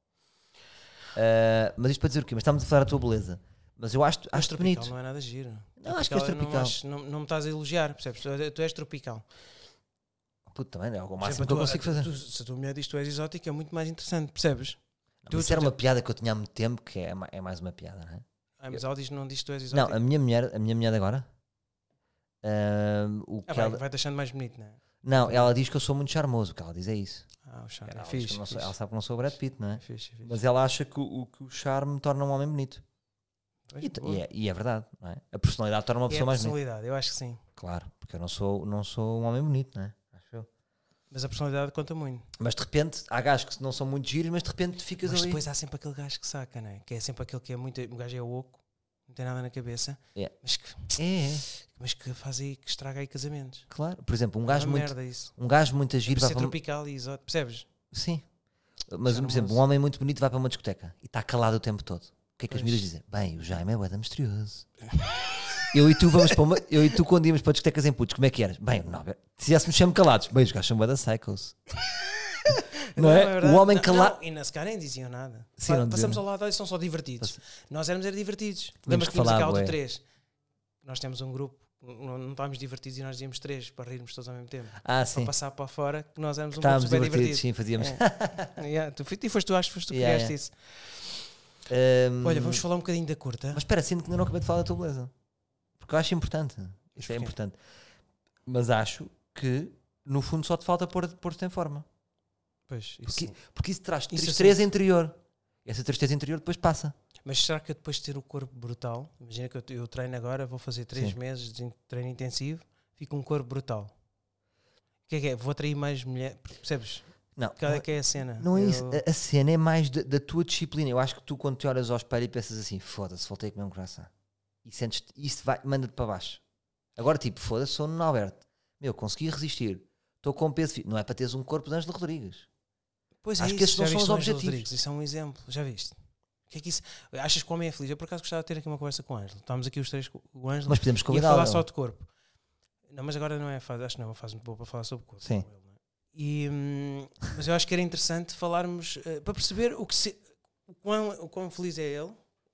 S1: Mas isto para dizer o quê? Mas estamos a falar da tua beleza. Mas eu acho
S2: Mas
S1: bonito.
S2: tropical não é nada giro.
S1: Não, acho que és tropical.
S2: Não me estás a elogiar, percebes? Tu és tropical.
S1: Puto, também é algo
S2: Por
S1: máximo
S2: exemplo,
S1: que eu consigo fazer.
S2: Se a tua mulher diz que tu és exótico, é muito mais interessante, percebes?
S1: Não, isso era uma piada que eu tinha há muito tempo, que é mais uma piada, não é?
S2: Mas ela não diz que tu és
S1: Não,
S2: exótico.
S1: a minha mulher de agora, o que ela,
S2: vai deixando mais bonito, não é?
S1: não, ela diz que eu sou muito charmoso, o que ela diz é isso.
S2: O charme.
S1: Ela,
S2: É
S1: diz que
S2: fixe.
S1: eu não sou-
S2: fixe.
S1: ela sabe que não sou o Brad Pitt, não é?
S2: É fixe, é fixe.
S1: Mas ela acha que o charme torna um homem bonito.
S2: Pois,
S1: E,
S2: boa.
S1: e é verdade, não é? A personalidade torna uma
S2: E é
S1: pessoa
S2: a
S1: mais bonita.
S2: personalidade, eu acho que sim.
S1: Claro, porque eu não sou um homem bonito, não é? Acho eu.
S2: Mas a personalidade conta muito.
S1: Mas de repente, há gajos que não são muito giros, mas de repente tu ficas
S2: Mas
S1: ali.
S2: depois há sempre aquele gajo que saca, não é? Que é sempre aquele que é muito. O gajo é oco, não tem nada na cabeça,
S1: Yeah.
S2: É,
S1: É,
S2: mas que faz aí, que estraga aí casamentos.
S1: claro. Por exemplo,
S2: É uma merda isso.
S1: um gajo muito giro
S2: Deve
S1: vai
S2: ser
S1: para uma...
S2: tropical e exótico, percebes?
S1: Sim. Mas, por
S2: Charmoso.
S1: exemplo, um homem muito bonito vai para uma discoteca e está calado o tempo todo. O que é que as
S2: Pois.
S1: miúdas dizem? Bem, o Jaime é bué da misterioso. Eu e tu vamos para eu e tu quando íamos para discotecas em putos, como é que eras? Bem, não, se fizéssemos sempre calados. Bem, os gajos são bué da psychos. Não é?
S2: verdade.
S1: O homem
S2: Não,
S1: calado...
S2: não, e na secar nem diziam nada.
S1: Sim, não
S2: Passamos
S1: diziam.
S2: ao lado, eles são só divertidos. Nós era divertidos.
S1: Tínhamos
S2: Lembras
S1: que
S2: que tínhamos
S1: falar,
S2: aquela do
S1: bué.
S2: 3? Nós temos um grupo, não estávamos divertidos e nós dizíamos 3 para rirmos todos ao mesmo tempo.
S1: Ah,
S2: Para
S1: sim.
S2: passar para fora que nós éramos um grupo
S1: Estávamos
S2: super
S1: divertidos,
S2: divertido.
S1: sim, fazíamos.
S2: Yeah, e foste tu, acho que foste tu que
S1: Yeah,
S2: criaste isso.
S1: Olha,
S2: Olha, vamos falar um bocadinho da curta.
S1: Mas espera, sinto que ainda não acabei de falar da tua beleza. Porque eu acho importante. Isso é
S2: porquê?
S1: importante. Mas acho que, no fundo, só te falta pôr-te em forma.
S2: Pois, isso.
S1: Porque isso traz
S2: Isso
S1: tristeza
S2: assim.
S1: interior. E essa tristeza interior depois passa.
S2: Mas será que eu depois de ter o corpo brutal, imagina que eu treino agora, vou fazer 3
S1: Sim.
S2: meses de treino intensivo, fico um corpo brutal. O que é? Vou atrair mais mulheres, percebes?
S1: Não,
S2: Qual é que é a cena?
S1: não é
S2: Eu-
S1: isso. A cena é mais da tua disciplina. Eu acho que tu, quando te olhas ao espelho e pensas assim, foda-se, voltei a comer um croissant. E sentes isso manda-te para baixo. Agora, tipo, foda-se, sou no Alberto. Meu, consegui resistir. Estou com peso. Não é para teres um corpo de Ângelo Rodrigues.
S2: Pois
S1: Acho
S2: é
S1: que
S2: isso,
S1: esses não
S2: já
S1: são
S2: viste
S1: os
S2: o Ângelo
S1: objetivos.
S2: Rodrigues, isso é um exemplo, já viste? O que é que isso? Achas que o homem é feliz? Eu por acaso gostava de ter aqui uma conversa com o Ângelo. Estávamos aqui os três com o Ângelo.
S1: Mas podemos
S2: Ia
S1: convidá-lo.
S2: falar só de corpo. Não, mas agora não é fase, acho que não é uma fase muito boa para falar sobre corpo.
S1: Sim.
S2: com ele, não é? Mas eu acho que era interessante falarmos para perceber o quão feliz é ele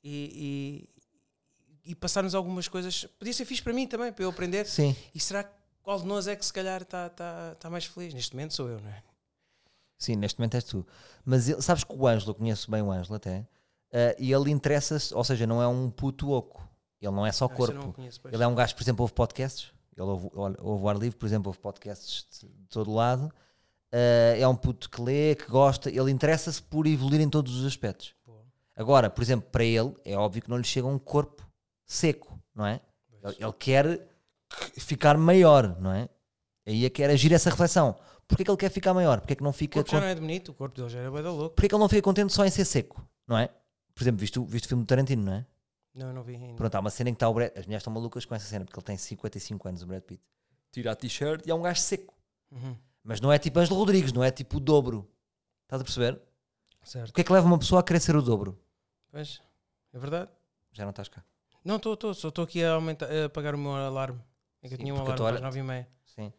S2: e passarmos algumas coisas. Podia ser fixe para mim também, para eu aprender.
S1: Sim.
S2: E será que qual de nós é que se calhar está mais feliz? Neste momento sou eu, não é?
S1: Sim, neste momento és tu. Mas sabes que o Ângelo, eu conheço bem o Ângelo até, e ele interessa-se, ou seja, não é um puto oco. Ele não é só
S2: Não, isso eu não
S1: corpo.
S2: conheço, pois.
S1: Ele é um gajo, por exemplo, ouve podcasts. Ele ouve o ar livre, por exemplo, ouve podcasts de todo lado. É um puto que lê, que gosta. Ele interessa-se por evoluir em todos os aspectos.
S2: Boa.
S1: Agora, por exemplo, para ele, é óbvio que não lhe chega um corpo seco, não é?
S2: Pois.
S1: Ele quer ficar maior, não é? Aí é que era agir essa reflexão. Porquê que ele quer ficar maior? Porquê que não
S2: O
S1: fica
S2: corpo já não é de bonito, o corpo dele já era bué da louco.
S1: Porquê que ele não fica contente só em ser seco, não é? Por exemplo, viste o filme do Tarantino, não é?
S2: Não vi ainda.
S1: Pronto, há uma cena em que está o Brad... As mulheres estão malucas com essa cena, porque ele tem 55 anos, o Brad Pitt. Tira a t-shirt e é um gajo seco.
S2: Uhum.
S1: Mas não é tipo Ângelo Rodrigues, não é tipo o dobro. Estás a perceber?
S2: Certo.
S1: O que é que leva uma pessoa a querer ser o dobro?
S2: Pois, é verdade.
S1: Já não estás cá.
S2: Não, só estou aqui a apagar o meu alarme. É que eu
S1: Sim,
S2: tinha um
S1: porque eu
S2: alarme
S1: tô
S2: às 9h30.
S1: Sim.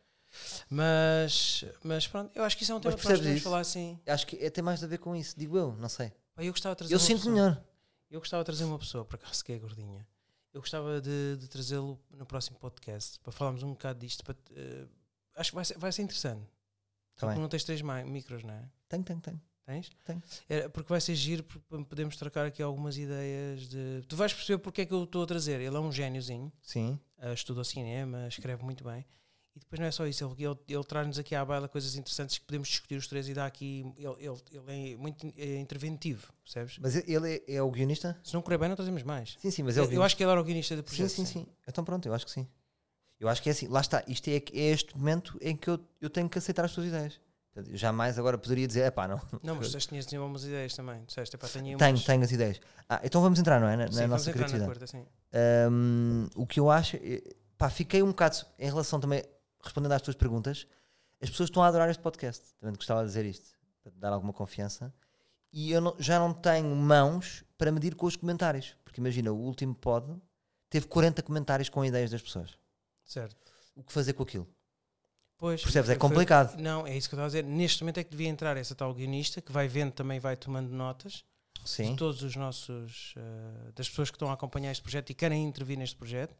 S2: Mas pronto, eu acho que isso é um tema que nós
S1: percebes
S2: podemos
S1: isso?
S2: falar assim.
S1: Acho que tem mais a ver com isso, digo eu, não sei.
S2: Pá, eu gostava de trazer
S1: Eu
S2: uma
S1: sinto
S2: pessoa.
S1: melhor.
S2: Eu gostava de trazer uma pessoa, por acaso que é gordinha. Eu gostava de trazê-lo no próximo podcast para falarmos um bocado disto. Acho que vai ser interessante.
S1: Tá bem.
S2: Não tens 3 micros, não é?
S1: Tenho.
S2: Tens?
S1: Tenho.
S2: Porque vai ser giro, porque podemos trocar aqui algumas ideias de... Tu vais perceber porque é que eu estou a trazer. Ele é um géniozinho,
S1: Sim.
S2: estuda cinema, escreve muito bem. E depois não é só isso, ele traz-nos aqui à baila coisas interessantes que podemos discutir os três e dá aqui... Ele é muito interventivo, percebes?
S1: Mas ele é o guionista?
S2: Se não correr bem, não trazemos mais.
S1: Sim, mas é o guionista.
S2: Eu acho que ele era o guionista do projeto.
S1: Sim. Então pronto, eu acho que sim. Eu acho que é assim. Lá está. Isto é este momento em que eu tenho que aceitar as tuas ideias. Eu jamais agora poderia dizer, não.
S2: Não, mas tu tinhas umas ideias também. Disseste,
S1: Tenho as ideias. Então vamos entrar, não é? Na
S2: sim,
S1: nossa
S2: vamos entrar
S1: criatividade.
S2: na quarta, sim.
S1: O que eu acho, fiquei um bocado em relação também, respondendo às tuas perguntas, as pessoas estão a adorar este podcast. Também gostava de dizer isto, para te dar alguma confiança. E eu já não tenho mãos para medir com os comentários. Porque imagina, o último pod teve 40 comentários com ideias das pessoas.
S2: Certo.
S1: O que fazer com aquilo?
S2: Pois,
S1: Percebes? É complicado.
S2: Não, é isso que eu estava a dizer. Neste momento é que devia entrar essa tal guionista que vai vendo também, vai tomando notas
S1: Sim.
S2: de todos os nossos das pessoas que estão a acompanhar este projeto e querem intervir neste projeto.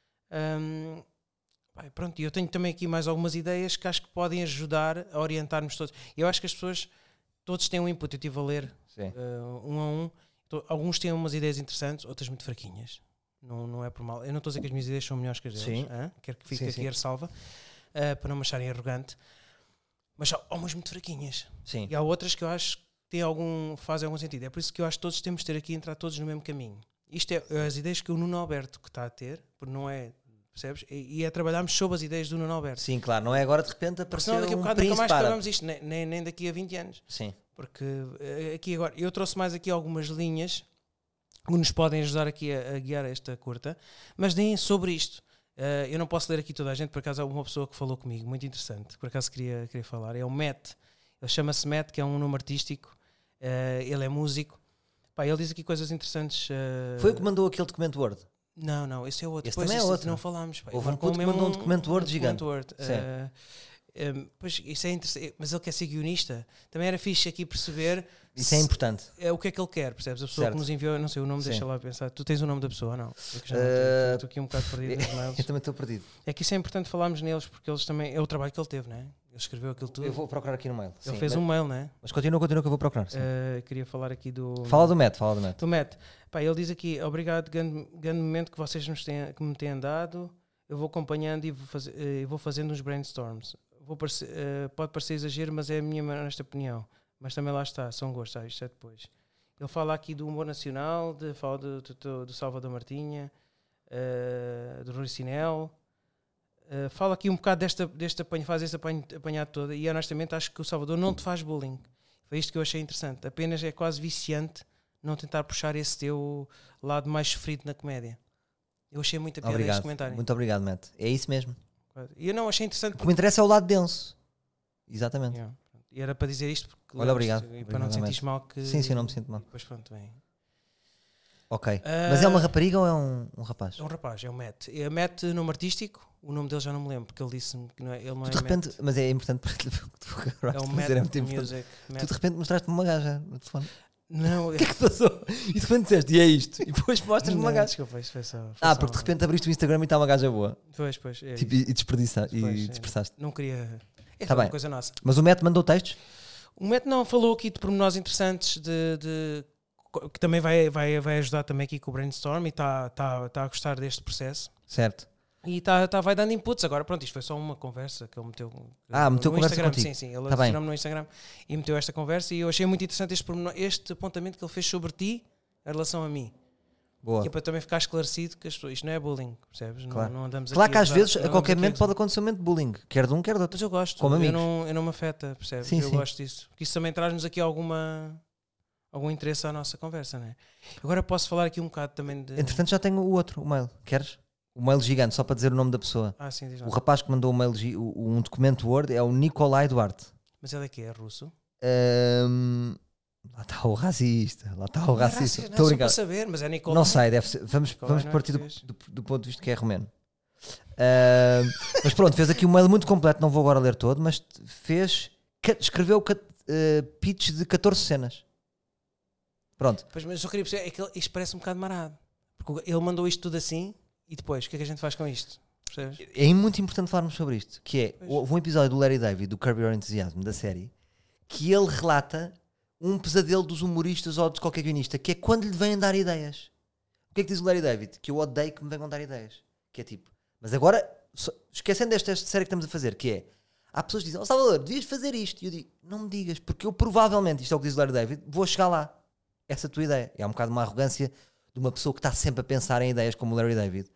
S2: Pronto, e eu tenho também aqui mais algumas ideias que acho que podem ajudar a orientar-nos todos. Eu acho que as pessoas, todos têm um input. Eu estive a ler um a um. Alguns têm umas ideias interessantes, outras muito fraquinhas. Não é por mal. Eu não estou a dizer que as minhas ideias são melhores que as deles. Quero que fique aqui a ressalva. Para não me acharem arrogante, mas há umas muito fraquinhas.
S1: Sim.
S2: E há outras que eu acho que fazem algum sentido. É por isso que eu acho que todos temos de ter aqui, entrar todos no mesmo caminho. Isto é as ideias que o Nuno Alberto que está a ter, porque não é, percebes? E é trabalharmos sobre as ideias do Nuno Alberto.
S1: Sim, claro, não é agora de repente aparecer
S2: daqui a bocado nunca mais acabamos isto, nem daqui a 20 anos.
S1: Sim.
S2: Porque aqui agora, eu trouxe mais aqui algumas linhas que nos podem ajudar aqui a guiar esta curta, mas deem sobre isto. Eu não posso ler aqui toda a gente, por acaso há uma pessoa que falou comigo, muito interessante, por acaso queria falar, é o Matt, ele chama-se Matt, que é um nome artístico, ele é músico. Ele diz aqui coisas interessantes.
S1: Foi o que mandou aquele documento Word?
S2: Não, esse é outro.
S1: Esse também é outro.
S2: Não falámos.
S1: Houve um puto que mandou um documento Word gigante.
S2: Pois, isso é interessante, mas ele quer ser guionista. Também era fixe aqui perceber.
S1: Isso é importante.
S2: O que é que ele quer, percebes? A pessoa que nos enviou, não sei o nome, deixa lá pensar. Tu tens o nome da pessoa, não? Estou aqui um bocado perdido nos mails.
S1: Eu também estou perdido.
S2: É que isso é importante falarmos neles, porque eles também. É o trabalho que ele teve, não é? Ele escreveu aquilo tudo.
S1: Eu vou procurar aqui no mail.
S2: Ele fez um mail, não é?
S1: Mas continua que eu vou procurar.
S2: Queria falar aqui do.
S1: Fala do Matt.
S2: Do Matt. Ele diz aqui: obrigado, grande momento que vocês que me têm dado. Eu vou acompanhando e vou fazendo uns brainstorms. Pode parecer exagero, mas é a minha honesta opinião. Mas também lá está, são gostos. Isto é depois. Ele fala aqui do humor nacional, fala do Salvador Martinha, do Rui Sinel. Fala aqui um bocado deste apanho, faz esse apanhado todo. E honestamente acho que o Salvador não te faz bullying. Foi isto que eu achei interessante. Apenas é quase viciante não tentar puxar esse teu lado mais sofrido na comédia. Eu achei muito a piada este comentário.
S1: Muito obrigado, Matt. É isso mesmo.
S2: E eu não achei interessante.
S1: O que me interessa é o lado denso. Exatamente.
S2: E era para dizer isto porque
S1: olha, obrigado.
S2: E para não te sentires mal que...
S1: Sim, não me sinto mal.
S2: Depois pronto, bem.
S1: Ok. Mas é uma rapariga ou é um rapaz?
S2: É um rapaz, é o Matt. É Matt nome artístico, o nome dele já não me lembro, porque ele disse-me que ele não é
S1: de repente,
S2: Matt.
S1: Mas é importante para te
S2: é o Matt Music.
S1: Tu de repente mostraste-me uma gaja no telefone.
S2: Não,
S1: o que é que passou? E de repente disseste, e é isto. E depois mostras-me uma gaja.
S2: Desculpa, isso foi só
S1: porque de repente abriste o Instagram e está uma gaja boa.
S2: Pois.
S1: Tipo, e dispersaste.
S2: Não queria... É
S1: tá
S2: uma
S1: bem.
S2: coisa nossa.
S1: Mas o Matt mandou textos?
S2: O Matt não falou aqui de pormenores interessantes que também vai ajudar também aqui com o brainstorm e está a gostar deste processo.
S1: Certo.
S2: E vai dando inputs. Agora, pronto, isto foi só uma conversa que ele meteu.
S1: Meteu
S2: no
S1: conversa
S2: Instagram.
S1: contigo.
S2: Sim, ele adicionou-me no Instagram e meteu esta conversa. E eu achei muito interessante este apontamento que ele fez sobre ti em relação a mim.
S1: Boa.
S2: Que é para também ficar esclarecido que isto não é bullying, percebes?
S1: Claro.
S2: Não andamos
S1: claro
S2: aqui
S1: que às vezes, a qualquer momento, pode acontecer um momento de bullying. Quer de um, quer de outro.
S2: Mas eu gosto.
S1: Como amigos.
S2: Eu não me afeta, percebes?
S1: Sim,
S2: eu gosto disso. Porque isso também traz-nos aqui alguma algum interesse à nossa conversa, não é? Agora posso falar aqui um bocado também de...
S1: Entretanto, já tenho o outro, o mail. Queres? O mail gigante, só para dizer o nome da pessoa.
S2: Sim, diz lá.
S1: O rapaz que mandou o mail, um documento Word, é o Nicolai Duarte.
S2: Mas ele é que é russo?
S1: Lá está o racista. Lá está o racista.
S2: Não,
S1: Estou a
S2: só
S1: brincar.
S2: para saber, mas é Nicolai.
S1: Não sei, deve ser. Vamos
S2: Nicolai não é
S1: partir
S2: português.
S1: do ponto de vista que é romeno. Mas pronto, fez aqui um mail muito completo, não vou agora ler todo, mas escreveu pitch de 14 cenas. Pronto.
S2: Mas eu só queria perceber, é que isto parece um bocado marado. Porque ele mandou isto tudo assim e depois, o que é que a gente faz com isto? Percebes?
S1: É muito importante falarmos sobre isto, que é, houve um episódio do Larry David, do Curb Your Enthusiasm, da série, que ele relata um pesadelo dos humoristas ou de qualquer guionista, que é quando lhe vêm dar ideias. O que é que diz o Larry David? Que eu odeio que me venham dar ideias. Que é tipo, mas agora, esquecendo desta série que estamos a fazer, que é, há pessoas que dizem, Salvador, devias fazer isto. E eu digo, não me digas, porque eu provavelmente, isto é o que diz o Larry David, vou chegar lá. Essa tua ideia. É um bocado uma arrogância de uma pessoa que está sempre a pensar em ideias como o Larry David.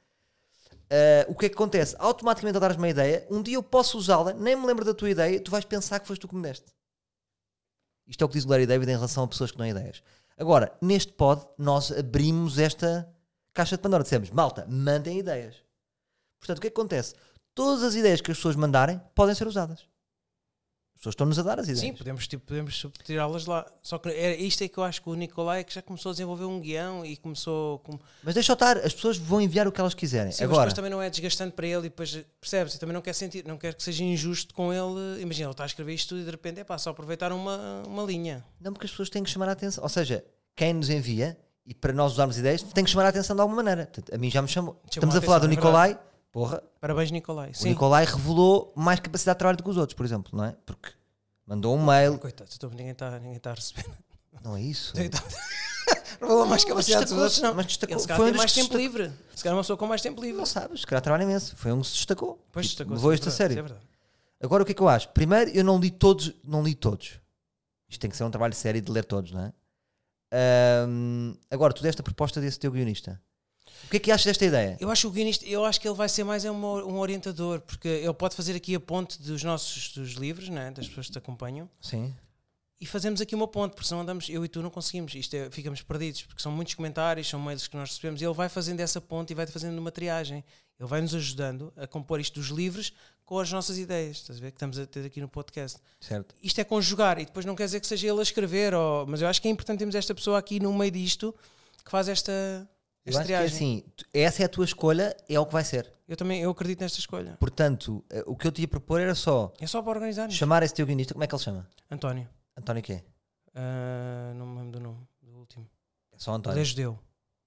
S1: O que é que acontece? Automaticamente ao dares-me uma ideia, um dia eu posso usá-la, nem me lembro da tua ideia, tu vais pensar que foste tu que me deste. Isto é o que diz o Larry David em relação a pessoas que não têm ideias. Agora, neste pod, nós abrimos esta caixa de Pandora. Dissemos, malta, mandem ideias. Portanto, o que é que acontece? Todas as ideias que as pessoas mandarem podem ser usadas. As pessoas estão-nos a dar as ideias.
S2: Sim, podemos subtirá-las lá. Só que isto é que eu acho que o Nicolai é que já começou a desenvolver um guião e começou...
S1: Mas deixa eu estar, as pessoas vão enviar o que elas quiserem.
S2: Sim,
S1: agora,
S2: mas depois também não é desgastante para ele e depois, percebes? Eu também não quero que seja injusto com ele. Imagina, ele está a escrever isto tudo e de repente é só aproveitar uma linha.
S1: não, porque as pessoas têm que chamar a atenção. Ou seja, quem nos envia, e para nós usarmos ideias, tem que chamar a atenção de alguma maneira. Portanto, a mim já me chamou. Estamos a falar do Nicolai. Porra,
S2: Parabéns, Nicolai.
S1: o Nicolai revelou mais capacidade de trabalho do que os outros, por exemplo, não é? Porque mandou um mail.
S2: Coitado, ninguém está a receber.
S1: Não é isso.
S2: Revelou mais capacidade dos outros, não.
S1: Mas destacou.
S2: Ele se
S1: Foi
S2: calhar
S1: um
S2: tem
S1: dos
S2: mais
S1: que se
S2: tempo livre. Se calhar é uma pessoa com mais tempo livre.
S1: Não sabes, se calhar trabalha imenso. Foi um que se destacou.
S2: Pois
S1: E
S2: destacou.
S1: levou isto a sério.
S2: É verdade.
S1: Agora o que é que eu acho? Primeiro, eu não li todos. Isto tem que ser um trabalho sério de ler todos, não é? Agora, tu deste a proposta desse teu guionista. O que é que achas desta ideia?
S2: Eu acho que ele vai ser mais um orientador, porque ele pode fazer aqui a ponte dos livros, né, das pessoas que te acompanham.
S1: Sim.
S2: E fazemos aqui uma ponte, porque senão eu e tu não conseguimos, ficamos perdidos, porque são muitos comentários, são mails que nós recebemos, e ele vai fazendo essa ponte e vai fazendo uma triagem. Ele vai nos ajudando a compor isto dos livros com as nossas ideias, estás a ver? Que estamos a ter aqui no podcast.
S1: Certo.
S2: Isto é conjugar, e depois não quer dizer que seja ele a escrever, mas eu acho que é importante termos esta pessoa aqui no meio disto que faz esta
S1: Eu acho que é
S2: triagem.
S1: assim, essa é a tua escolha, é o que vai ser.
S2: Eu acredito nesta escolha.
S1: Portanto, o que eu te ia propor era só
S2: É só para organizar.
S1: chamar esse teu guionista, como é que ele chama?
S2: António.
S1: António quê?
S2: Não me lembro do nome do último.
S1: É só
S2: Ele
S1: António.
S2: é judeu.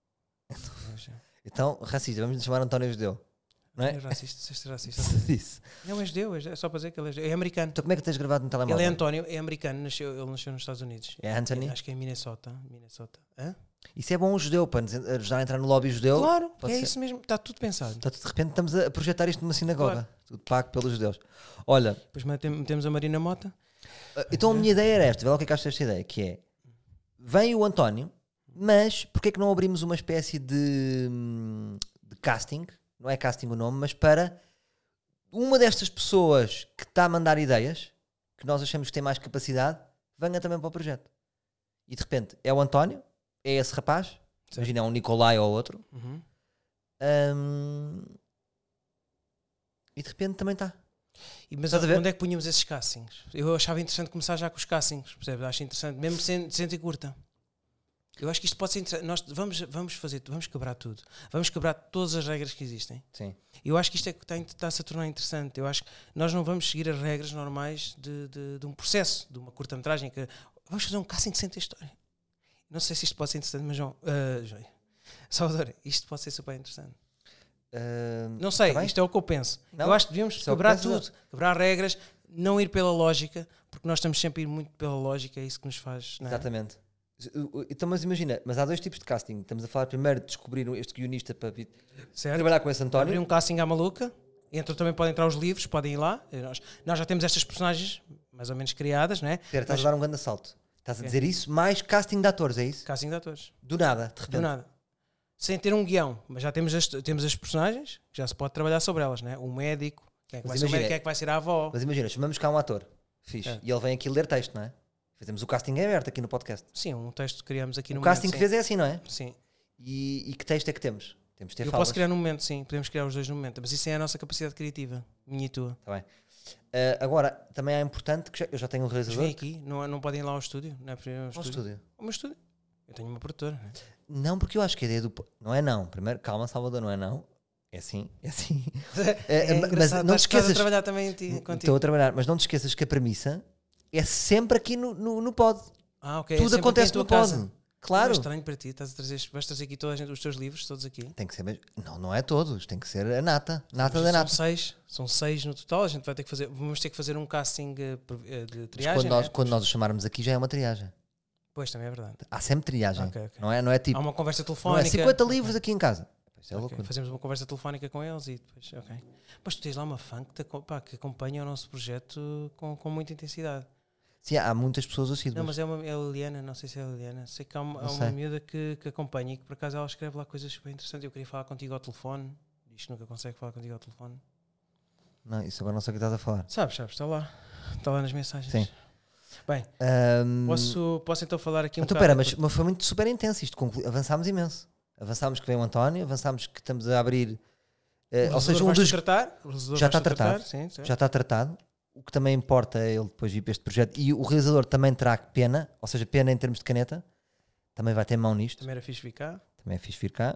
S1: Então, racista, vamos lhe chamar António Judeu. Não é?
S2: É racista, disseste racista.
S1: Isso.
S2: Não, é judeu, é só para dizer que ele é judeu. É americano.
S1: Então como é que tens gravado no telemóvel?
S2: Ele é António, é americano, ele nasceu nos Estados Unidos.
S1: É Anthony?
S2: Acho que é em Minnesota. Hã?
S1: Isso é bom um judeu, para nos ajudar a entrar no lobby judeu.
S2: Claro,
S1: Pode
S2: é
S1: ser.
S2: isso mesmo. Está tudo pensado.
S1: Então, de repente estamos a projetar isto numa sinagoga. Tudo pago pelos judeus. Olha,
S2: Depois metemos a Marina Mota.
S1: então a minha ideia era esta. Vê lá o que é que achas desta ideia, que é, vem o António, mas porquê é que não abrimos uma espécie de casting, não é casting o nome, mas para uma destas pessoas que está a mandar ideias, que nós achamos que tem mais capacidade, venha também para o projeto. E de repente é o António, é esse rapaz,
S2: Certo.
S1: imagina é um Nicolai ou outro,
S2: Uhum.
S1: e de repente também está.
S2: Mas
S1: Estás a ver?
S2: onde é que punhamos esses castings? Eu achava interessante começar já com os castings, percebes? Acho interessante, mesmo sendo e curta. Eu acho que isto pode ser interessante. Nós vamos quebrar tudo. Vamos quebrar todas as regras que existem.
S1: Sim.
S2: Eu acho que isto é que está-se a tornar interessante. Eu acho que nós não vamos seguir as regras normais de um processo, de uma curta-metragem. Vamos fazer um casting sem ter história. Não sei se isto pode ser interessante, mas João, Salvador, isto pode ser super interessante. Não sei,
S1: tá bem?
S2: isto é o que eu penso.
S1: Não,
S2: eu acho que devíamos
S1: isso é o que
S2: quebrar
S1: penso,
S2: tudo, quebrar regras, não ir pela lógica, porque nós estamos sempre a ir muito pela lógica, é isso que nos faz. Não é?
S1: Exatamente. Então, mas imagina, mas há dois tipos de casting. Estamos a falar primeiro de descobrir este guionista para vir
S2: Certo?
S1: trabalhar com esse
S2: Abrir
S1: António.
S2: um casting à maluca, também podem entrar os livros, podem ir lá. Nós já temos estas personagens mais ou menos criadas, não é?
S1: Espera, estás a dar um grande assalto. Estás a dizer isso, mais casting de atores, é isso?
S2: Casting de atores.
S1: Do nada, de repente.
S2: Do nada. Sem ter um guião, mas já temos as personagens, que já se pode trabalhar sobre elas, né? O médico, quem é que vai
S1: Mas
S2: ser o
S1: imagina-
S2: médico, quem é que vai ser a avó.
S1: Mas imagina, chamamos cá um ator, fixe,
S2: É.
S1: e ele vem aqui ler texto, não é? Fizemos o casting aberto aqui no podcast.
S2: Sim, um texto que criamos aqui no
S1: O
S2: momento.
S1: casting que
S2: sim.
S1: fez é assim, não é?
S2: Sim.
S1: E que texto é que temos? Temos de ter
S2: Eu
S1: falas.
S2: posso criar no momento, sim. Podemos criar os dois no momento. Mas isso é a nossa capacidade criativa. Minha e tua.
S1: Tá bem. Agora, também é importante que eu já tenho um
S2: Mas
S1: realizador.
S2: vem aqui, não podem ir lá ao estúdio? Não é para ir ao
S1: Ao
S2: estúdio?
S1: estúdio.
S2: Ao meu estúdio. Eu tenho uma produtora. Não é?
S1: Não, porque eu acho que a ideia do... Não é não. Primeiro, calma, Salvador, não é não. É sim, é sim.
S2: É
S1: mas
S2: engraçado,
S1: não te
S2: estás quase
S1: esqueças...
S2: a trabalhar também contigo.
S1: Estou a trabalhar, mas não te esqueças que a premissa é sempre aqui no pod.
S2: Ok.
S1: Tudo acontece no pod.
S2: Não
S1: Claro.
S2: é estranho para ti, vais trazer aqui toda a gente, os teus livros, todos aqui.
S1: Tem que ser mesmo. Não, não é todos. Tem que ser a nata. Nata
S2: Mas
S1: da nata.
S2: são seis no total. A gente vai ter que fazer, vamos ter que fazer um casting de
S1: Mas
S2: triagem.
S1: quando nós o chamarmos aqui já é uma triagem.
S2: Pois, também é verdade.
S1: Há sempre triagem.
S2: Ok.
S1: Não é tipo.
S2: Há uma conversa
S1: Não é
S2: telefónica.
S1: 50 livros aqui em casa. Isso é
S2: Ok,
S1: loucura.
S2: fazemos uma conversa telefónica com eles e depois, ok. Mas tu tens lá uma fã que acompanha o nosso projeto com muita intensidade.
S1: Sim, há muitas pessoas assíduas.
S2: Não, mas é a Liliana, não sei se é a Liliana. Sei que há uma
S1: sei.
S2: miúda que acompanha e que por acaso ela escreve lá coisas super interessantes. Eu queria falar contigo ao telefone. Diz que nunca consegue falar contigo ao telefone.
S1: Não, isso agora não sei o que estás a falar.
S2: Sabes, está lá. Está lá nas mensagens.
S1: Sim.
S2: Bem, posso então falar aqui um
S1: Então,
S2: bocado...
S1: espera, mas foi muito super intenso isto. Avançámos imenso. Avançámos que vem o António, avançámos que estamos a abrir. Ou seja, um dos. Já está tratado.
S2: Sim.
S1: Já está tratado. O que também importa é ele depois vir para este projeto. E o realizador também terá pena, ou seja, pena em termos de caneta. Também vai ter mão nisto.
S2: Também era fixe vir cá.
S1: Também é fixe vir cá.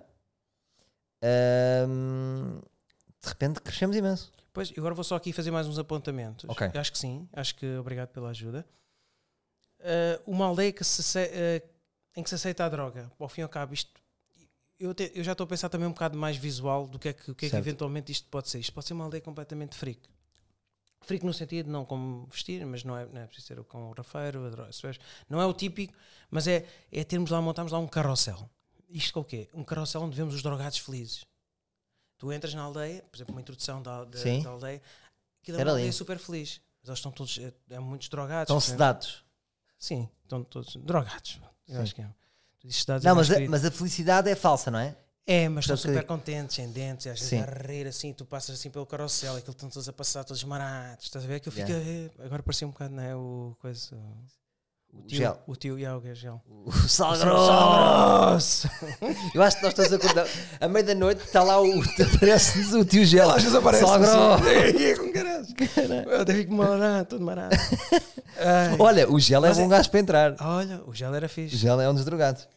S1: De repente crescemos imenso.
S2: Pois, agora vou só aqui fazer mais uns apontamentos.
S1: Ok.
S2: Eu acho que sim. Acho que obrigado pela ajuda. Uma aldeia em que se aceita a droga. Ao fim e ao cabo, isto... Eu já estou a pensar também um bocado mais visual do que é que eventualmente isto pode ser. Isto pode ser uma aldeia completamente freak. Freak no sentido, não como vestir, mas não é preciso ser com o rafeiro, não é o típico, mas é montarmos lá um carrossel. Isto com o quê? Um carrossel onde vemos os drogados felizes. Tu entras na aldeia, por exemplo, uma introdução da aldeia, aquilo é uma aldeia super feliz. Mas eles estão todos, muitos drogados.
S1: Estão sedados.
S2: Sim, estão todos drogados. Eu acho que é.
S1: Não, mas a felicidade é falsa, não é?
S2: É, mas estão super contentes, sem dentes, às vezes
S1: Sim.
S2: a rir assim, tu passas assim pelo carrossel, aquilo estão todos a passar, todos marados, estás a ver? Que eu fico, agora parecia um bocado, não é? O
S1: Gel.
S2: O tio e o gel.
S1: O sal grosso! Eu acho que nós estamos a acordar. À meia da noite está lá aparece-nos o tio gel.
S2: Às vezes aparece
S1: sal grosso!
S2: com caralho. Eu até fico marado, todo marado.
S1: Olha, o gel é um gajo para entrar.
S2: Olha, o gel era fixe.
S1: O gel é um dos drogados.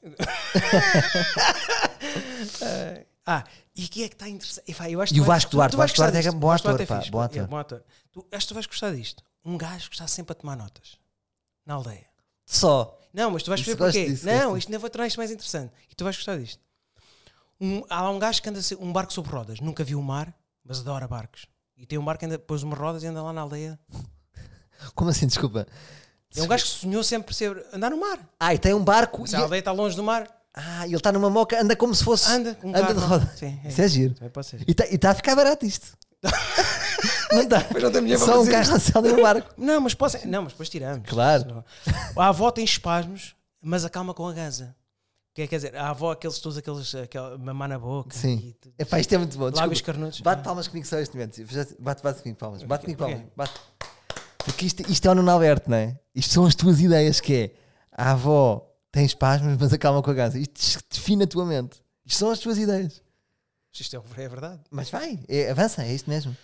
S2: E aqui é que está interessante. Eu acho
S1: E o Vasco Duarte,
S2: tu vais
S1: Vasco Duarte
S2: gostar
S1: é bom
S2: disto.
S1: ator,
S2: Vasco
S1: pá,
S2: fixe,
S1: bom ator.
S2: bom ator. Acho que tu vais gostar disto. Um gajo que está sempre a tomar notas na aldeia.
S1: Só.
S2: Não, mas tu vais perceber porquê. Não, isto ainda vai tornar isto mais interessante. E tu vais gostar disto. Há lá um gajo que anda um barco sobre rodas. Nunca viu o mar, mas adora barcos. E tem um barco que anda, pôs umas rodas e anda lá na aldeia.
S1: Como assim, desculpa?
S2: É um gajo que sonhou sempre andar no mar.
S1: E tem um barco.
S2: Mas a aldeia está longe do mar.
S1: E ele está numa moca, anda como se fosse.
S2: Anda
S1: de roda.
S2: Sim,
S1: Isso é giro.
S2: Pode ser.
S1: E está a ficar barato isto. Não está. Só um carrossel e um barco.
S2: Não, mas depois tiramos.
S1: Claro.
S2: A avó tem espasmos, mas acalma com a gaza. Quer dizer, a avó, aquela mamar na boca.
S1: Sim. Isto é muito bom.
S2: Lábios carnudos.
S1: Bate palmas comigo só este momento. Bate comigo palmas. Bate comigo palmas. Bate. Porque isto é o Nuno Alberto, não é? Isto são as tuas ideias, que é a avó tem espasmos, mas acalma com a gaza. Isto define a tua mente. Isto são as tuas ideias.
S2: Isto é verdade.
S1: Mas vai, avança, é isto mesmo.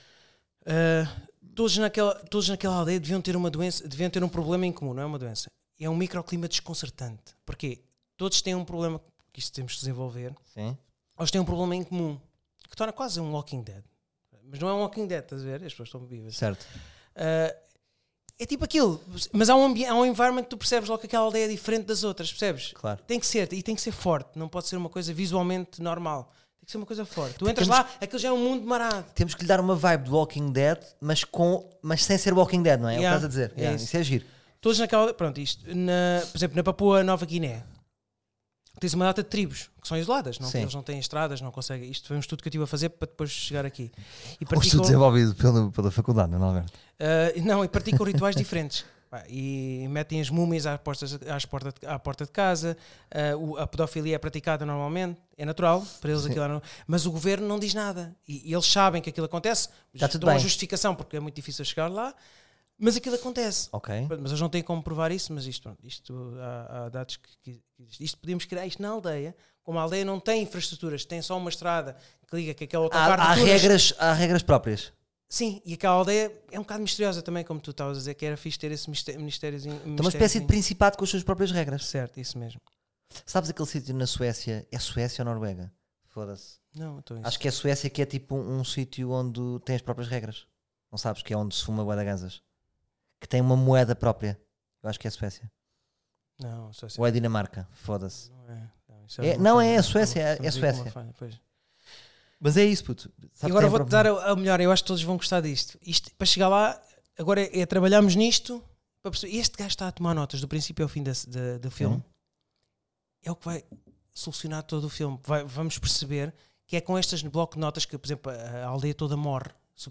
S2: Todos naquela aldeia deviam ter uma doença, deviam ter um problema em comum, não é uma doença. É um microclima desconcertante. Porquê? Todos têm um problema que isto temos de desenvolver.
S1: Sim.
S2: Eles têm um problema em comum que torna quase um Walking Dead. Mas não é um Walking Dead, estás a ver? As pessoas estão vivas.
S1: Certo.
S2: É tipo aquilo, mas há um environment que tu percebes logo que aquela aldeia é diferente das outras, percebes?
S1: Claro.
S2: Tem que ser forte, não pode ser uma coisa visualmente normal. Tem que ser uma coisa forte. Tu entras lá, aquilo já é um mundo marado.
S1: Temos que lhe dar uma vibe do Walking Dead, mas sem ser Walking Dead, não é? É o que estás a dizer. Isso é giro.
S2: Todos naquela. Pronto, por exemplo, na Papua Nova Guiné, tens uma data de tribos que são isoladas, não? Eles não têm estradas, não conseguem. Isto foi um estudo que eu estive a fazer para depois chegar aqui.
S1: Um estudo desenvolvido pela faculdade, não é, Alberto?
S2: E praticam rituais diferentes. E metem as múmias à porta de casa. A pedofilia é praticada normalmente, é natural para eles. Aquilo mas o governo não diz nada. E eles sabem que aquilo acontece,
S1: Está tudo
S2: dão
S1: bem.
S2: a justificação porque é muito difícil chegar lá. Mas aquilo acontece.
S1: Ok.
S2: Mas eles não têm como provar isso, mas isto há dados que isto podíamos criar isto na aldeia. Como a aldeia não tem infraestruturas, tem só uma estrada que liga que aquela autocarro
S1: Há regras próprias.
S2: Sim, e aquela aldeia é um bocado misteriosa também, como tu estavas a dizer, que era fixe ter esse ministériozinho.
S1: Tem uma espécie de principado com as suas próprias regras.
S2: Certo, isso mesmo.
S1: Sabes aquele sítio na Suécia? É Suécia ou Noruega? Foda-se.
S2: Não, estou isso.
S1: Acho que é Suécia, que é tipo um sítio onde tem as próprias regras. Não sabes que é onde se fuma bué de ganzas? Que tem uma moeda própria. Eu acho que é Suécia.
S2: Não, só assim.
S1: Ou é Dinamarca? Foda-se.
S2: Não é.
S1: Não, é a Suécia. É Suécia. Mas é isso, puto.
S2: E agora vou-te dar a melhor. Eu acho que todos vão gostar disto. Isto, para chegar lá, agora é trabalharmos nisto. Para perceber. Este gajo está a tomar notas do princípio ao fim do filme. É o que vai solucionar todo o filme. Vamos perceber que é com estas bloco de notas que, por exemplo, a aldeia toda morre.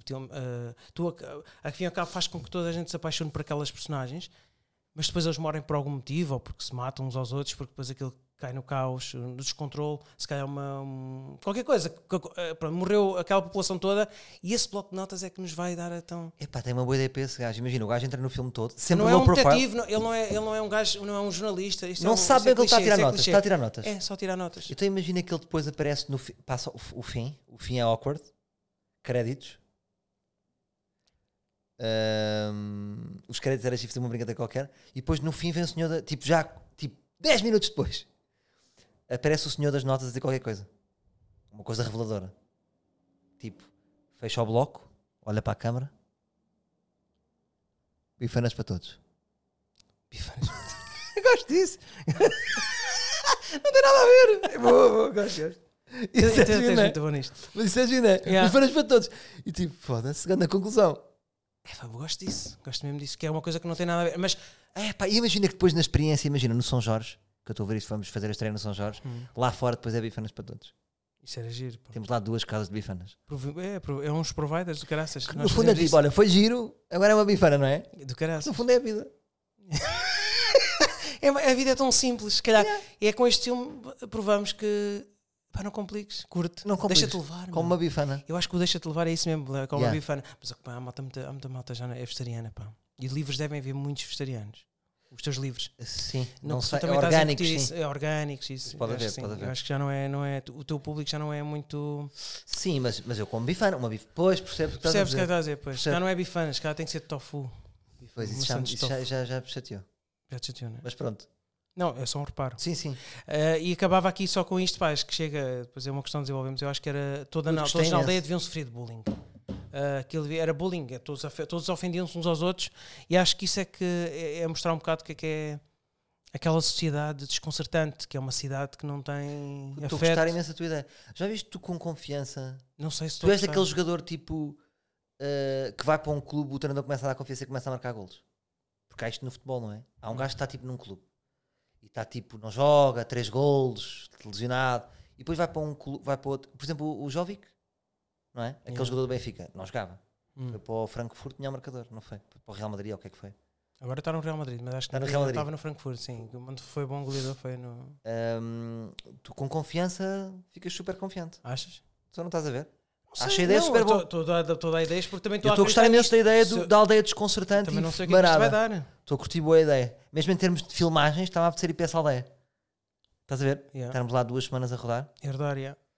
S2: A fim e ao cabo faz com que toda a gente se apaixone por aquelas personagens, mas depois eles morrem por algum motivo, ou porque se matam uns aos outros, porque depois aquilo cai no caos, no descontrole, se calhar qualquer coisa, morreu aquela população toda, e esse bloco de notas é que nos vai dar a tão...
S1: Epá, tem uma boa ideia para esse gajo. Imagina, o gajo entra no filme todo, sempre
S2: não é
S1: low
S2: um
S1: profile.
S2: detetive, ele não é um gajo, não é um jornalista. Isto
S1: Não sabe bem que ele está a tirar notas. Está a tirar notas.
S2: É, só tirar notas.
S1: Então imagina que ele depois aparece no passa o fim. O fim é awkward. Créditos. Os créditos era chifre de uma brincadeira qualquer. E depois no fim vem o senhor tipo 10 minutos depois aparece o senhor das notas a dizer qualquer coisa, uma coisa reveladora, tipo, fecha o bloco, olha para a câmara, bifanas para todos.
S2: Bifanas.
S1: Gosto disso. Não tem nada a ver. É boa, gosto. Isso é
S2: Tens muito bom nisto.
S1: Mas isso é gina. Bifanas para todos. E tipo, foda-se, grande conclusão.
S2: Eu gosto disso, gosto mesmo disso, que é uma coisa que não tem nada a ver. Mas
S1: imagina que depois na experiência, imagina no São Jorge, que eu estou a ver isso, vamos fazer a estreia no São Jorge, lá fora depois é bifanas para todos.
S2: Isso era giro. Pô.
S1: Temos lá 2 casas de bifanas.
S2: É uns providers do caraças.
S1: No fundo é tipo, olha, foi giro, agora é uma bifana, não é?
S2: Do caraças.
S1: No fundo é a vida.
S2: A vida é tão simples, se calhar. E é com este filme provamos que não compliques, curte, deixa-te levar.
S1: Como uma bifana.
S2: Eu acho que o deixa-te levar é isso mesmo, como uma bifana. Mas há muita malta já é vegetariana, pá. E livros devem haver muitos vegetarianos. Os teus livros.
S1: Sim,
S2: não
S1: sei,
S2: também
S1: orgânicos, sim.
S2: Isso, orgânicos, isso.
S1: Pode haver, pode haver.
S2: Eu acho que já não é, o teu público já não é muito...
S1: Sim, mas eu como bifana, pois, percebes o que estás
S2: a dizer, pois. Já não é bifanas, já tem que ser de tofu.
S1: Pois, isso já me chateou.
S2: Já te chateou, não é?
S1: Mas pronto.
S2: Não, é só um reparo.
S1: Sim, sim.
S2: E acabava aqui só com isto, pá, acho que chega, depois é uma questão de desenvolvermos, eu acho que era todos na aldeia deviam sofrer de bullying. Aquilo era bullying, todos ofendiam-se uns aos outros, e acho que isso é que é mostrar um bocado o que é aquela sociedade desconcertante, que é uma cidade que não tem afeto.
S1: Estou a gostar imenso da tua ideia. Já viste tu com confiança?
S2: Não sei se
S1: tu és daquele jogador tipo que vai para um clube, o treinador começa a dar confiança e começa a marcar golos. Porque há isto no futebol, não é? Há um gajo que está tipo num clube e está tipo, não joga, 3 golos, lesionado, e depois vai para um clube, vai para outro. Por exemplo, o Jovic, não é? Aquele jogador do Benfica, não jogava. Foi para o Frankfurt, tinha o marcador, não foi? Para o Real Madrid, ou o que é que foi?
S2: Agora está no Real Madrid, mas acho que estava no Frankfurt, sim. Quando foi bom goleador foi no...
S1: Tu com confiança ficas super confiante.
S2: Achas?
S1: Só não estás a ver? Acho a ideia super boa.
S2: Estou a dar ideias porque também
S1: estou a gostar imenso da ideia da aldeia desconcertante.
S2: Também não sei o que isto vai dar.
S1: Estou a curtir boa ideia. Mesmo em termos de filmagens, estava a apetecer ir para essa aldeia. Estás a ver? Estarmos lá 2 semanas a rodar.
S2: A rodar,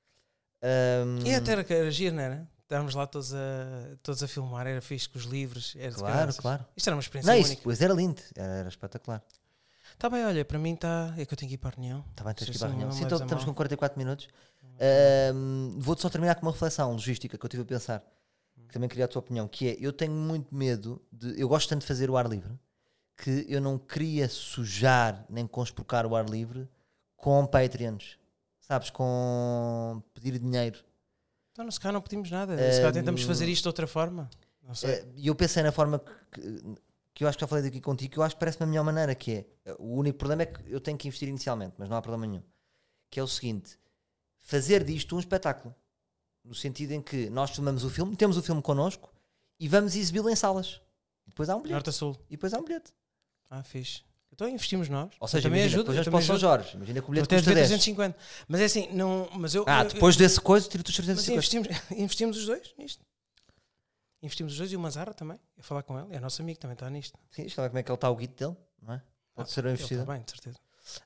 S2: E até era giro, não era? Estávamos lá todos a filmar, era fixe com os livros.
S1: Claro.
S2: Isto era uma experiência única.
S1: Isso, pois era lindo, era espetacular.
S2: Está bem, olha, para mim está... É que eu tenho que ir para a reunião.
S1: Está bem, tens que ir para a reunião. Sim, então estamos com 44 minutos. Vou-te só terminar com uma reflexão logística que eu estive a pensar, que também queria a tua opinião, que é, eu tenho muito medo de... Eu gosto tanto de fazer o ar livre, que eu não queria sujar nem conspurcar o ar livre com Patreons. Sabes? Com pedir dinheiro.
S2: Então, se calhar não pedimos nada. Se calhar tentamos fazer isto de outra forma. Não sei.
S1: E eu pensei na forma que eu acho que já falei daqui contigo, que eu acho que parece-me a melhor maneira, que é, o único problema é que eu tenho que investir inicialmente, mas não há problema nenhum, que é o seguinte: fazer disto um espetáculo, no sentido em que nós filmamos o filme, temos o filme connosco e vamos exibi-lo em salas, e depois há um bilhete.
S2: Norte a Sul.
S1: E depois há um bilhete.
S2: Fixe. Então investimos nós.
S1: Ou seja, também ajuda, depois vamos para o São Jorge. Imagina que o bilhete custa 10.
S2: 350. Mas é assim, não... Mas
S1: depois desse coisa, tiro-te os 350.
S2: Mas investimos os dois nisto. Investimos os dois e o Mazara também. A falar com ele. É nosso amigo, também está nisto.
S1: Sim, deixa lá como é que ele está o guito dele, não é? Pode ser um
S2: Ele
S1: investidor.
S2: está bem, de certeza.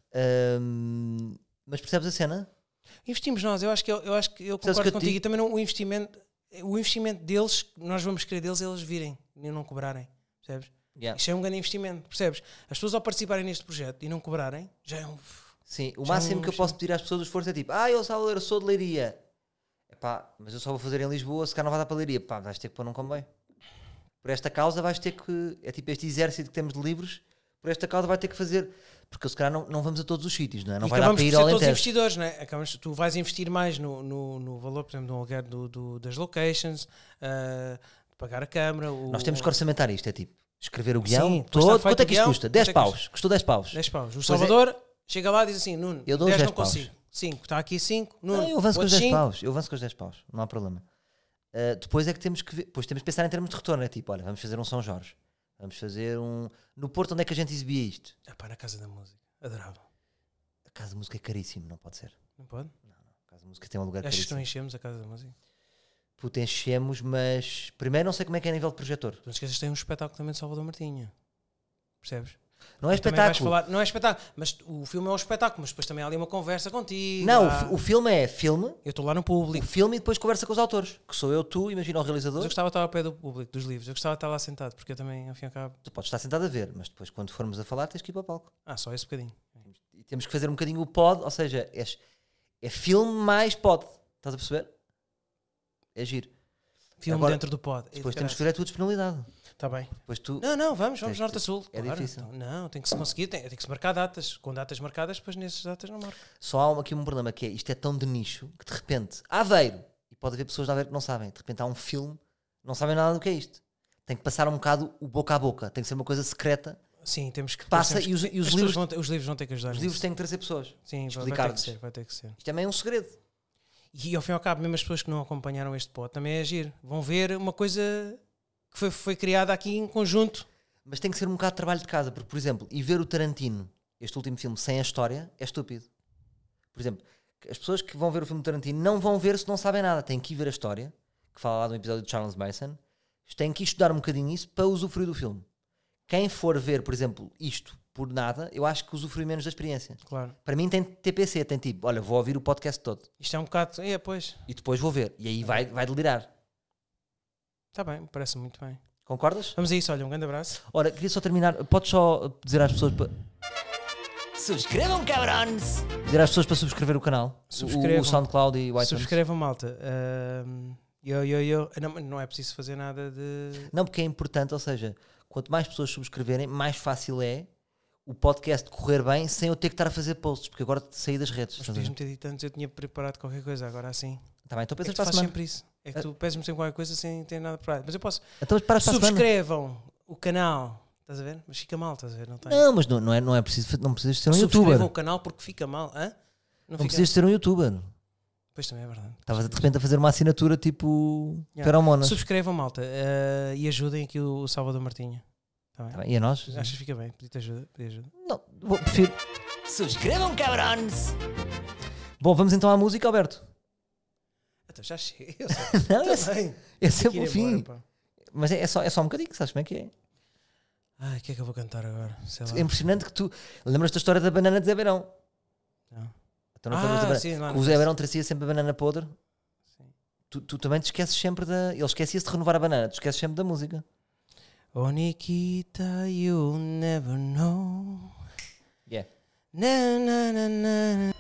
S1: Mas percebes a cena?
S2: Investimos nós. Eu acho que eu
S1: Sabes
S2: concordo
S1: que eu
S2: contigo.
S1: te-
S2: E também o investimento deles, nós vamos querer deles eles virem e não cobrarem. Percebes?
S1: Yeah.
S2: Isto é um grande investimento. Percebes? As pessoas ao participarem neste projeto e não cobrarem, já é um...
S1: Sim, o
S2: Já
S1: máximo
S2: não-
S1: que eu posso pedir às pessoas do esforço é tipo, eu Salvador, eu sou de Leiria. Epá, mas eu só vou fazer em Lisboa, se cá não vai dar para Leiria. Pá, vais ter que pôr num comboio. Por esta causa vais ter que, é tipo este exército que temos de livros, por esta causa vai ter que fazer, porque se calhar não vamos a todos os sítios, não é? Não
S2: E
S1: vai dar
S2: acabamos
S1: para ir
S2: por
S1: ao
S2: ser todos
S1: Alentejo.
S2: investidores, não é? Tu vais investir mais no valor, por exemplo, do aluguer das locations, de pagar a câmara.
S1: Nós temos que orçamentar isto, é tipo, escrever o guião
S2: Sim, depois
S1: todo.
S2: está feito
S1: Quanto é que
S2: o
S1: isto
S2: guião,
S1: custa? 10
S2: quanto é que
S1: paus. Custou 10 paus.
S2: 10 paus. O
S1: Pois
S2: Salvador chega lá e diz assim, Nuno,
S1: Eu dou os
S2: 10 não
S1: 10 paus.
S2: consigo. 5, está aqui 5. Nuno,
S1: Eu avanço com os
S2: outros
S1: 10
S2: 5.
S1: paus. Eu avanço com os 10 paus. Não há problema. Depois é que temos que ver, depois temos que pensar em termos de retorno. É tipo, olha, vamos fazer um São Jorge. Vamos fazer um... No Porto, onde é que a gente exibia isto?
S2: Na Casa da Música. Adorava.
S1: A Casa de Música é caríssimo, não pode ser.
S2: Não pode?
S1: A Casa de Música tem um lugar
S2: Achas que não
S1: caríssimo.
S2: enchemos a Casa da Música?
S1: Puta, enchemos, mas... Primeiro não sei como é que é a nível de projetor.
S2: Tu não esqueças que tem um espetáculo também de Salvador Martinha. Percebes?
S1: Não é
S2: Tu também vais
S1: espetáculo.
S2: falar, não é espetáculo, mas o filme é um espetáculo, mas depois também há ali uma conversa contigo.
S1: Não,
S2: há-
S1: o filme é filme,
S2: Eu estou lá no
S1: o
S2: público.
S1: filme e depois conversa com os autores. Que sou eu, tu, imagina o
S2: Mas
S1: realizador.
S2: eu gostava de estar ao pé do público, dos livros. Eu gostava de estar lá sentado, porque eu também, ao fim e ao cabo...
S1: Tu podes estar sentado a ver, mas depois quando formos a falar tens que ir para o palco.
S2: Só esse bocadinho.
S1: E temos que fazer um bocadinho o pod, ou seja, é filme mais pod. Estás a perceber? É giro.
S2: Filme
S1: Agora,
S2: dentro do pod.
S1: Depois temos que ver a tua disponibilidade.
S2: Está bem.
S1: Depois tu...
S2: Não, vamos
S1: Tens
S2: norte
S1: que-
S2: a sul.
S1: é
S2: claro.
S1: difícil.
S2: Então, não, tem que se conseguir, tem que se marcar datas. Com datas marcadas, depois nessas datas não marca.
S1: Só há aqui um problema que é, isto é tão de nicho que de repente, Aveiro, e pode haver pessoas de Aveiro que não sabem, de repente há um filme, não sabem nada do que é isto. Tem que passar um bocado o boca a boca, tem que ser uma coisa secreta.
S2: Sim, temos que...
S1: Passa
S2: temos
S1: e os
S2: as
S1: livros-
S2: pessoas os livros vão ter que ajudar
S1: Os
S2: nisso.
S1: livros têm que trazer pessoas.
S2: Sim, vai ter que
S1: explicar-lhes.
S2: ser, vai ter que ser.
S1: Isto também é um segredo.
S2: E ao fim e ao cabo, mesmo as pessoas que não acompanharam este pod também é agir. Vão ver uma coisa que foi criada aqui em conjunto.
S1: Mas tem que ser um bocado de trabalho de casa, porque, por exemplo, e ver o Tarantino, este último filme, sem a história, é estúpido. Por exemplo, as pessoas que vão ver o filme do Tarantino não vão ver se não sabem nada. Têm que ir ver a história, que fala lá do episódio de Charles Manson. Têm que estudar um bocadinho isso para usufruir do filme. Quem for ver, por exemplo, isto por nada, eu acho que usufrui menos da experiência.
S2: Claro.
S1: Para mim tem TPC, tem tipo, olha, vou ouvir o podcast todo
S2: Isto é um bocado... Pois.
S1: e depois vou ver. E aí vai delirar.
S2: Está bem, parece muito bem.
S1: Concordas?
S2: Vamos a isso, olha, um grande abraço.
S1: Ora, queria só terminar. Podes só dizer às pessoas para...
S3: Subscrevam, cabrões!
S1: Dizer às pessoas para subscrever o canal,
S2: Subscrevam.
S1: o SoundCloud e o iTunes.
S2: Subscrevam, malta. Não é preciso fazer nada de...
S1: Não, porque é importante, ou seja, quanto mais pessoas subscreverem, mais fácil é o podcast correr bem sem eu ter que estar a fazer posts, porque agora saí das redes.
S2: Mas
S1: estás a ver?
S2: podias-me ter dito antes, eu tinha preparado qualquer coisa, agora assim.
S1: Tá bem, então
S2: É que
S1: pensas
S2: tu
S1: para a
S2: fazes
S1: semana.
S2: sempre isso. É que tu pedes-me sempre qualquer coisa sem ter nada preparado. Mas eu posso...
S1: Então para a semana.
S2: Subscrevam o canal. Estás a ver? Mas fica mal, estás a ver? Não tem.
S1: Não, mas não é preciso, não precisas ser um
S2: Subscrevam
S1: youtuber.
S2: o canal porque fica mal. Hã?
S1: Não
S2: fica...
S1: precisas ser um youtuber.
S2: Pois também é verdade.
S1: Estavas de repente a fazer uma assinatura tipo
S2: Yeah.
S1: feromonas.
S2: Subscrevam, malta. E ajudem aqui o Salvador Martinha. Tá bem?
S1: Tá bem, e a nós?
S2: Achas que fica bem? Pedi-te ajuda? Pedi ajuda.
S1: Não, prefiro.
S3: Subscrevam, cabrões!
S1: Bom, vamos então à música, Alberto.
S2: Então já chega. Eu sei.
S1: Não,
S2: Também.
S1: é sempre
S2: Ir
S1: o fim.
S2: embora, pá.
S1: Mas é só um bocadinho, sabes como é que é?
S2: Ai, o que é que eu vou cantar agora? Sei lá.
S1: É impressionante que tu. Lembras-te da história da banana de Zé Beirão?
S2: Não.
S1: Então, não te lembras da banana?
S2: sim, lá
S1: Que
S2: no
S1: o Zé Beirão trazia sempre a banana podre.
S2: Sim.
S1: Tu também te esqueces sempre da. Ele esquecia-se de renovar a banana, tu esqueces sempre da música.
S2: Oh, Nikita, you'll never know.
S1: Yeah.
S2: Na, na, na, na.